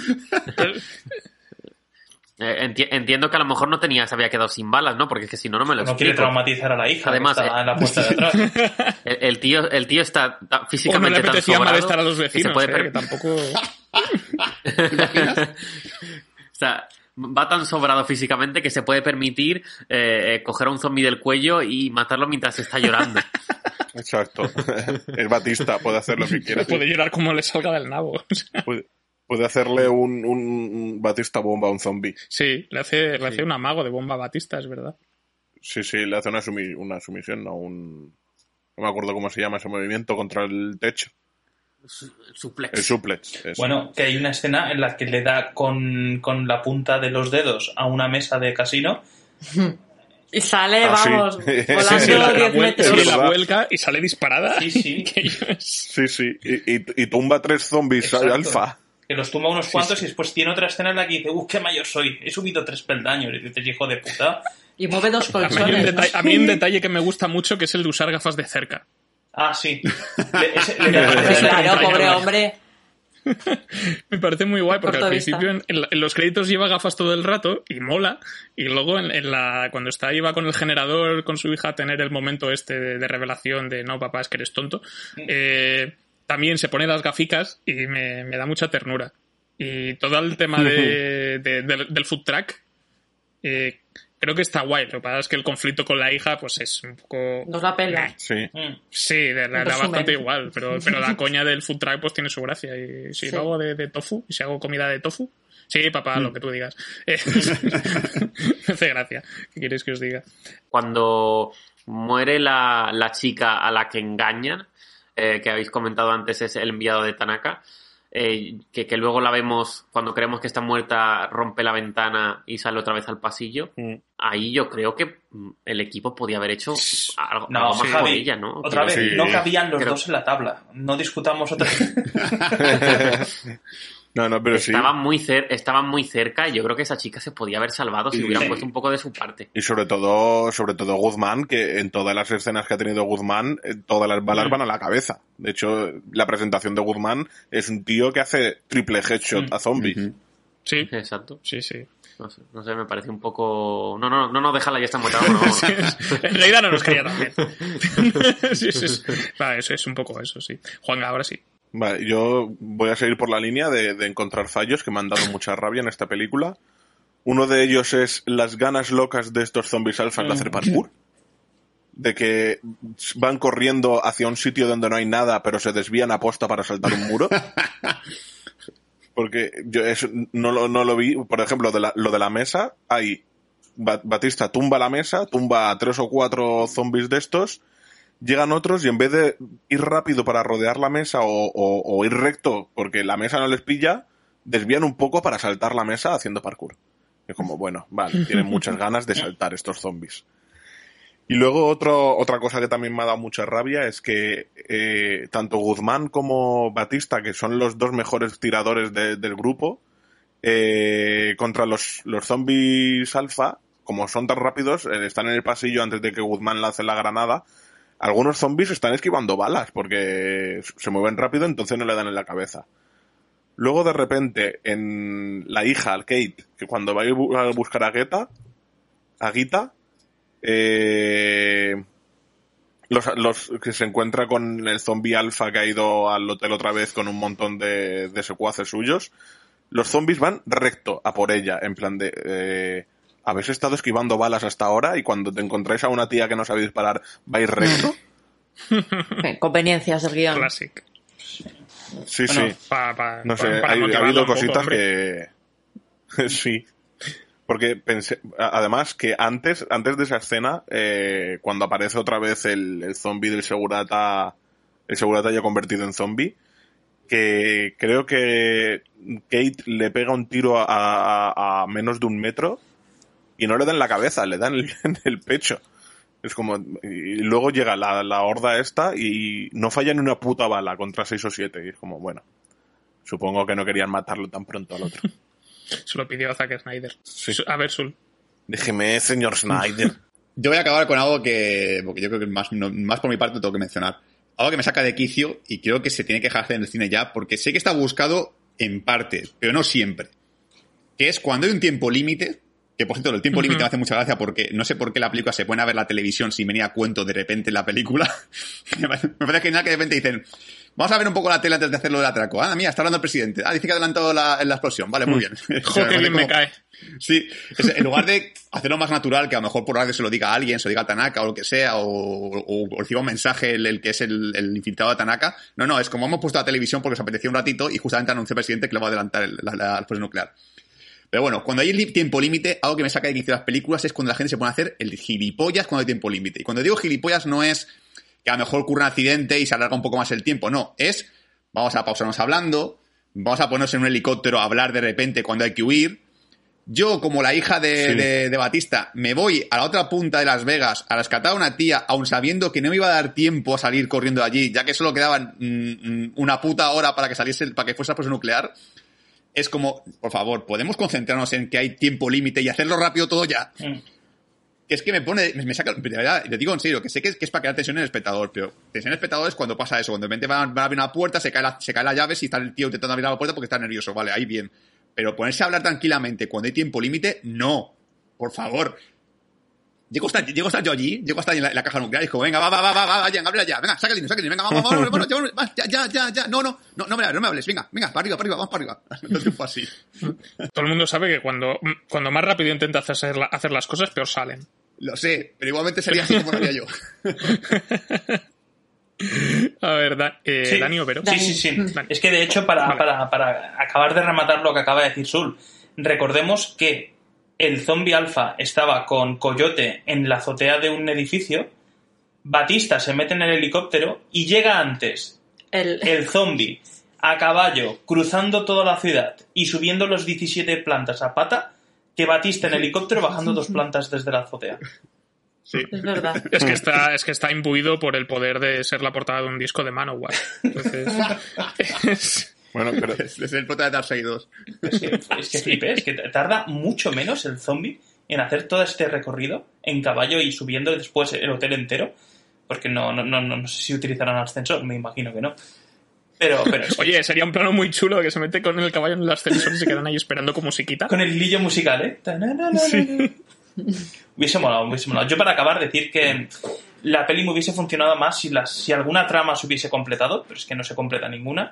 Eh, enti- entiendo que a lo mejor no tenía, se había quedado sin balas, ¿no? Porque es que si no, no me lo No quiere explico. traumatizar a la hija, Además, que está eh, en la puerta de atrás. El, el tío, el tío está ta- O no le físicamente tan apetecía sobrado molestar a los que vecinos, se puede eh, per- que tampoco... O sea, va tan sobrado físicamente que se puede permitir eh, eh, coger a un zombie del cuello y matarlo mientras está llorando. Exacto. Es Batista, puede hacer lo que quiera. Puede llorar como le salga del nabo. O sea, Puede, puede hacerle un, un, un Batista bomba a un zombie. sí, le hace, le hace un amago de bomba a Batista, es verdad. Sí, sí, le hace una, sumi- una sumisión, no un... No me acuerdo cómo se llama ese movimiento contra el techo. Suplex. El suplex. eso. Bueno, que hay una escena en la que le da con, con la punta de los dedos a una mesa de casino. Y sale, Ah, sí. vamos, Sí, volando Sí, la, la diez vuel- metros. sí, Es la verdad. vuelca y sale disparada. Sí, sí. Que yo- Sí, sí. Y, y, y tumba tres zombies Exacto. alfa. Que los tumba unos Sí, cuantos sí. y después tiene otra escena en la que dice, ¡uh, qué mayor soy! He subido tres peldaños. Y dices, hijo de puta. Y mueve dos A mí, hay un colchones. detalle, ¿no? a mí hay un detalle que me gusta mucho, que es el de usar gafas de cerca. Ah, sí. Le, ese- le- Hombre, ese- claro, pobre hombre. Me parece muy guay porque al Corto de vista. principio en, en la- en los créditos lleva gafas todo el rato y mola, y luego en, en la cuando está ahí va con el generador con su hija a tener el momento este de, de revelación de no papá es que eres tonto, eh, también se pone las gaficas y me, me da mucha ternura. Y todo el tema de, de- del, del food truck eh, creo que está guay. Lo que pasa es que el conflicto con la hija pues es un poco... Nos la pela. Sí. Mm. Sí, de- le da resumen. bastante igual, pero, pero la coña del food truck pues tiene su gracia. Y si Sí. lo hago de, de tofu, y si hago comida de tofu, sí, papá, lo que tú digas. Eh, me hace gracia. ¿Qué quieres que os diga? Cuando muere la, la chica a la que engañan, eh, que habéis comentado antes, es el enviado de Tanaka, eh, que, que luego la vemos cuando creemos que está muerta, rompe la ventana y sale otra vez al pasillo, mm. ahí yo creo que el equipo podía haber hecho algo, no, algo más sí, Javi, por ella, ¿no? Otra vez, sí. no cabían los Creo... dos en la tabla. No discutamos otra vez. No, no, pero estaban sí. Muy cer- estaban muy cerca y yo creo que esa chica se podía haber salvado si Sí. hubieran puesto un poco de su parte. Y sobre todo, sobre todo Guzmán, que en todas las escenas que ha tenido Guzmán, todas las balas mm. van a la cabeza. De hecho, la presentación de Guzmán es un tío que hace triple headshot mm. a zombies. Mm-hmm. Sí. Exacto. Sí, sí. No sé, no sé, me parece un poco... No, no, no, no, déjala, ya está muerta. No, no, no. Sí, en realidad no nos quería también. sí, sí, sí. Vale, eso es un poco eso, sí. Juan, ahora sí. Vale, yo voy a seguir por la línea de, de encontrar fallos que me han dado mucha rabia en esta película. Uno de ellos es las ganas locas de estos zombies alfas de hacer parkour. De que van corriendo hacia un sitio donde no hay nada, pero se desvían a posta para saltar un muro. Porque yo eso no, lo, no lo vi. Por ejemplo, de la, lo de la mesa, hay Batista tumba la mesa, tumba a tres o cuatro zombies de estos, llegan otros y en vez de ir rápido para rodear la mesa o, o, o ir recto porque la mesa no les pilla, desvían un poco para saltar la mesa haciendo parkour. Es como, bueno, vale, tienen muchas ganas de saltar estos zombies. Y luego otro, otra cosa que también me ha dado mucha rabia es que eh, tanto Guzmán como Batista, que son los dos mejores tiradores de, del grupo, eh, contra los, los zombies alfa, como son tan rápidos, eh, están en el pasillo antes de que Guzmán lance la granada. Algunos zombies están esquivando balas porque se mueven rápido, entonces no le dan en la cabeza. Luego de repente, en la hija, Kate, que cuando va a buscar a Geta, a Gita, eh, los, los que se encuentra con el zombie alfa que ha ido al hotel otra vez con un montón de, de secuaces suyos, los zombies van recto a por ella, en plan de... Eh, ¿habéis estado esquivando balas hasta ahora? Y cuando te encontráis a una tía que no sabe disparar, ¿vais recto? Conveniencias del guión. Classic. Sí, bueno, sí. Pa, pa, no sé, pa, hay, ha habido cositas poco, que... sí. Porque pensé, además que antes, antes de esa escena, eh, cuando aparece otra vez el, el zombie del segurata, el segurata ya convertido en zombie, que creo que Kate le pega un tiro a, a, a menos de un metro y no le da en la cabeza, le da en el, en el pecho. Es como, y luego llega la, la horda esta y no falla ni una puta bala contra seis o siete. Y es como, bueno, supongo que no querían matarlo tan pronto al otro. Se lo pidió a Zack Snyder. Sí. A ver, Sul. Déjeme, señor Snyder. Yo voy a acabar con algo que, porque yo creo que más, no, más por mi parte tengo que mencionar. Algo que me saca de quicio y creo que se tiene que dejar hacer en el cine ya, porque sé que está buscado en parte, pero no siempre. Que es cuando hay un tiempo límite, que por cierto el tiempo límite uh-huh. me hace mucha gracia porque no sé por qué la película se pone a ver la televisión sin venir a cuento de repente en la película. me parece genial que de repente dicen, vamos a ver un poco la tele antes de hacerlo del atraco. Ah, mira, está hablando el presidente. Ah, dice que ha adelantado la, la explosión. Vale, muy bien. Joder, bien me cae. Sí, en lugar de hacerlo más natural, que a lo mejor por radio se lo diga a alguien, se lo diga a Tanaka o lo que sea, o, o, o reciba un mensaje el, el que es el, el infiltrado de Tanaka. No, no, es como hemos puesto la televisión porque os apetecía un ratito y justamente anunció el presidente que le va a adelantar el, la, la explosión nuclear. Pero bueno, cuando hay tiempo límite, algo que me saca de quicio de las películas es cuando la gente se pone a hacer el gilipollas cuando hay tiempo límite. Y cuando digo gilipollas no es que a lo mejor ocurre un accidente y se alarga un poco más el tiempo, no, es vamos a pausarnos hablando, vamos a ponernos en un helicóptero a hablar de repente cuando hay que huir. Yo, como la hija de, sí. de, de Batista, me voy a la otra punta de Las Vegas a rescatar a una tía, aun sabiendo que no me iba a dar tiempo a salir corriendo de allí, ya que solo quedaban mm, una puta hora para que saliese, para que fuese la explosión nuclear. Es como, por favor, ¿podemos concentrarnos en que hay tiempo límite y hacerlo rápido todo ya? Mm. Que es que me pone, me, me saca, de verdad, te digo en serio, que sé que, que es para crear tensión en el espectador, pero tensión en el espectador es cuando pasa eso, cuando de repente van, van a abrir una puerta, se cae, la, se cae la llave y está el tío intentando abrir la puerta porque está nervioso, vale, ahí bien. Pero ponerse a hablar tranquilamente cuando hay tiempo límite, no. Por favor. Llego hasta, llego hasta yo allí, llego hasta en la, en la caja nuclear y es como, venga, va, va, va, va, va, vayan, ábrela ya, venga, saca el dinero, saca el dinero, venga, vamos, vamos, vamos, vamos, vamos, ya, ya, ya, ya, no, no, no, no me hables, no me hables, venga, venga, para arriba, para arriba, vamos para arriba. No triunfo así. Todo el mundo sabe que cuando, cuando más rápido intenta hacer, hacer las cosas, peor salen. Lo sé, pero igualmente sería así como lo haría yo. A ver, da, eh, sí, Dani Overo. Sí, sí, sí. Dani. Es que de hecho, para, vale. para, para acabar de rematar lo que acaba de decir Sul, recordemos que el zombie alfa estaba con Coyote en la azotea de un edificio, Batista se mete en el helicóptero y llega antes el, el zombie a caballo, cruzando toda la ciudad y subiendo los diecisiete plantas a pata, que Batista en helicóptero bajando dos plantas desde la azotea. Sí. Es verdad. Es que está, es que está imbuido por el poder de ser la portada de un disco de Manowar. Entonces, es... Bueno, pero... Es, es el prota de Darkseid dos. Es que, es que flipé, es que tarda mucho menos el zombie en hacer todo este recorrido en caballo y subiendo después el hotel entero, porque no, no, no, no sé si utilizarán ascensor, me imagino que no. Pero, pero es que... Oye, sería un plano muy chulo que se mete con el caballo en el ascensor y se quedan ahí esperando con musiquita. Con el hilillo musical, ¿eh? Sí. Hubiese molado, hubiese molado. Yo para acabar decir que la peli me hubiese funcionado más si, las, si alguna trama se hubiese completado, pero es que no se completa ninguna.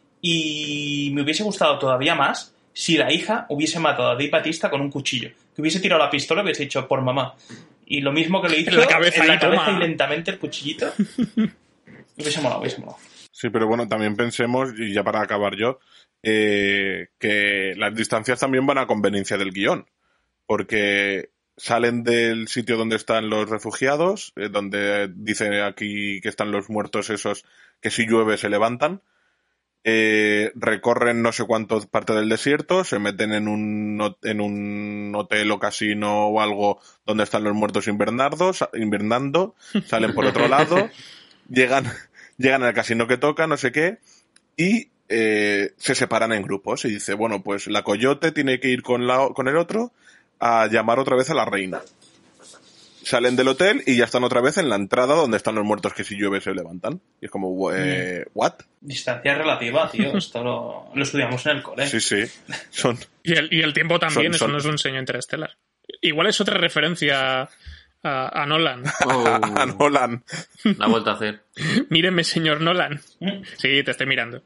Y me hubiese gustado todavía más si la hija hubiese matado a Dave Batista con un cuchillo. Que hubiese tirado la pistola y hubiese dicho por mamá. Y lo mismo que le hizo en la cabeza, en la y, cabeza toma. y lentamente el cuchillito. Hubiese molado, hubiese molado. Sí, pero bueno, también pensemos, y ya para acabar yo, eh, que las distancias también van a conveniencia del guión. Porque salen del sitio donde están los refugiados, eh, donde dice aquí que están los muertos esos que si llueve se levantan, eh, recorren no sé cuánto parte del desierto, se meten en un, en un hotel o casino o algo donde están los muertos invernardos, invernando, salen por otro lado, llegan, llegan al casino que toca, no sé qué, y eh, se separan en grupos y dice, bueno, pues la coyote tiene que ir con, la, con el otro a llamar otra vez a la reina. Salen del hotel y ya están otra vez en la entrada donde están los muertos que si llueve se levantan. Y es como, eh, ¿what? Distancia relativa, tío. Esto lo, lo estudiamos en el cole. Sí, sí. Son... Y, el, y el tiempo también, son, eso son... nos lo enseñó Interstellar. Igual es otra referencia a, a Nolan. Oh, a Nolan. La ha vuelto a hacer. Míreme, señor Nolan. Sí, te estoy mirando.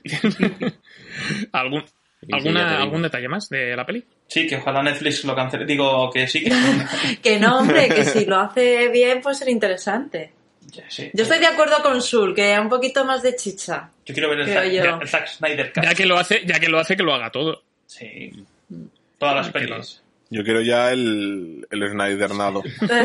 ¿Algún, alguna, ¿Algún detalle más de la peli? Sí, que ojalá Netflix lo cancele. Digo que sí. Que, que no, hombre, que si lo hace bien puede ser interesante. Ya, sí. Yo estoy de acuerdo con Sul, que un poquito más de chicha. Yo quiero ver el, Creo Zack, yo. el Zack Snyder Cut. Ya que lo hace, ya que lo hace, que lo haga todo. Sí. Todas las pelis. Yo quiero ya el, el Snydernado.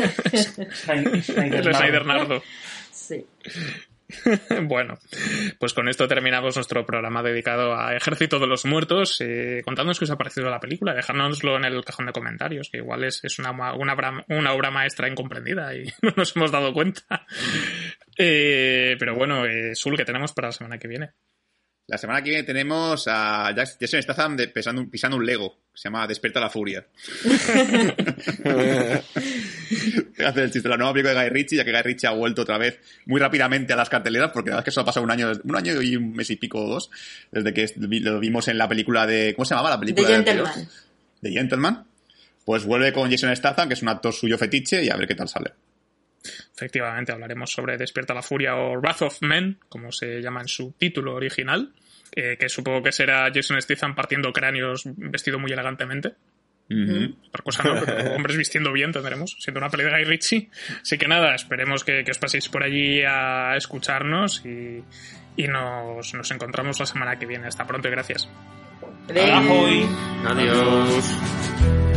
El Snydernardo. Sí. Bueno, pues con esto terminamos nuestro programa dedicado a Ejército de los Muertos. Eh, contadnos qué os ha parecido la película, dejárnoslo en el cajón de comentarios, que igual es, es una, una, una obra maestra incomprendida y no nos hemos dado cuenta. Eh, pero bueno, eh, Sul, ¿qué tenemos para la semana que viene? La semana que viene tenemos a Jason Statham de, pisando, pisando un Lego, que se llama Despierta la Furia. Hace el chiste, la nueva película de Guy Ritchie, ya que Guy Ritchie ha vuelto otra vez muy rápidamente a las carteleras, porque la verdad es que eso ha pasado un año, un año y un mes y pico o dos, desde que lo vimos en la película de... ¿Cómo se llamaba la película? The Gentleman. The Gentleman. Pues vuelve con Jason Statham, que es un actor suyo fetiche, y a ver qué tal sale. Efectivamente, hablaremos sobre Despierta la Furia o Wrath of Men, como se llama en su título original, eh, que supongo que será Jason Statham partiendo cráneos vestido muy elegantemente. Uh-huh. Otra cosa no, pero hombres vistiendo bien tendremos, siendo una peli de Guy Ritchie. Así que nada, esperemos que, que os paséis por allí a escucharnos y, y nos, nos encontramos la semana que viene. Hasta pronto y gracias. Ahoy. Adiós.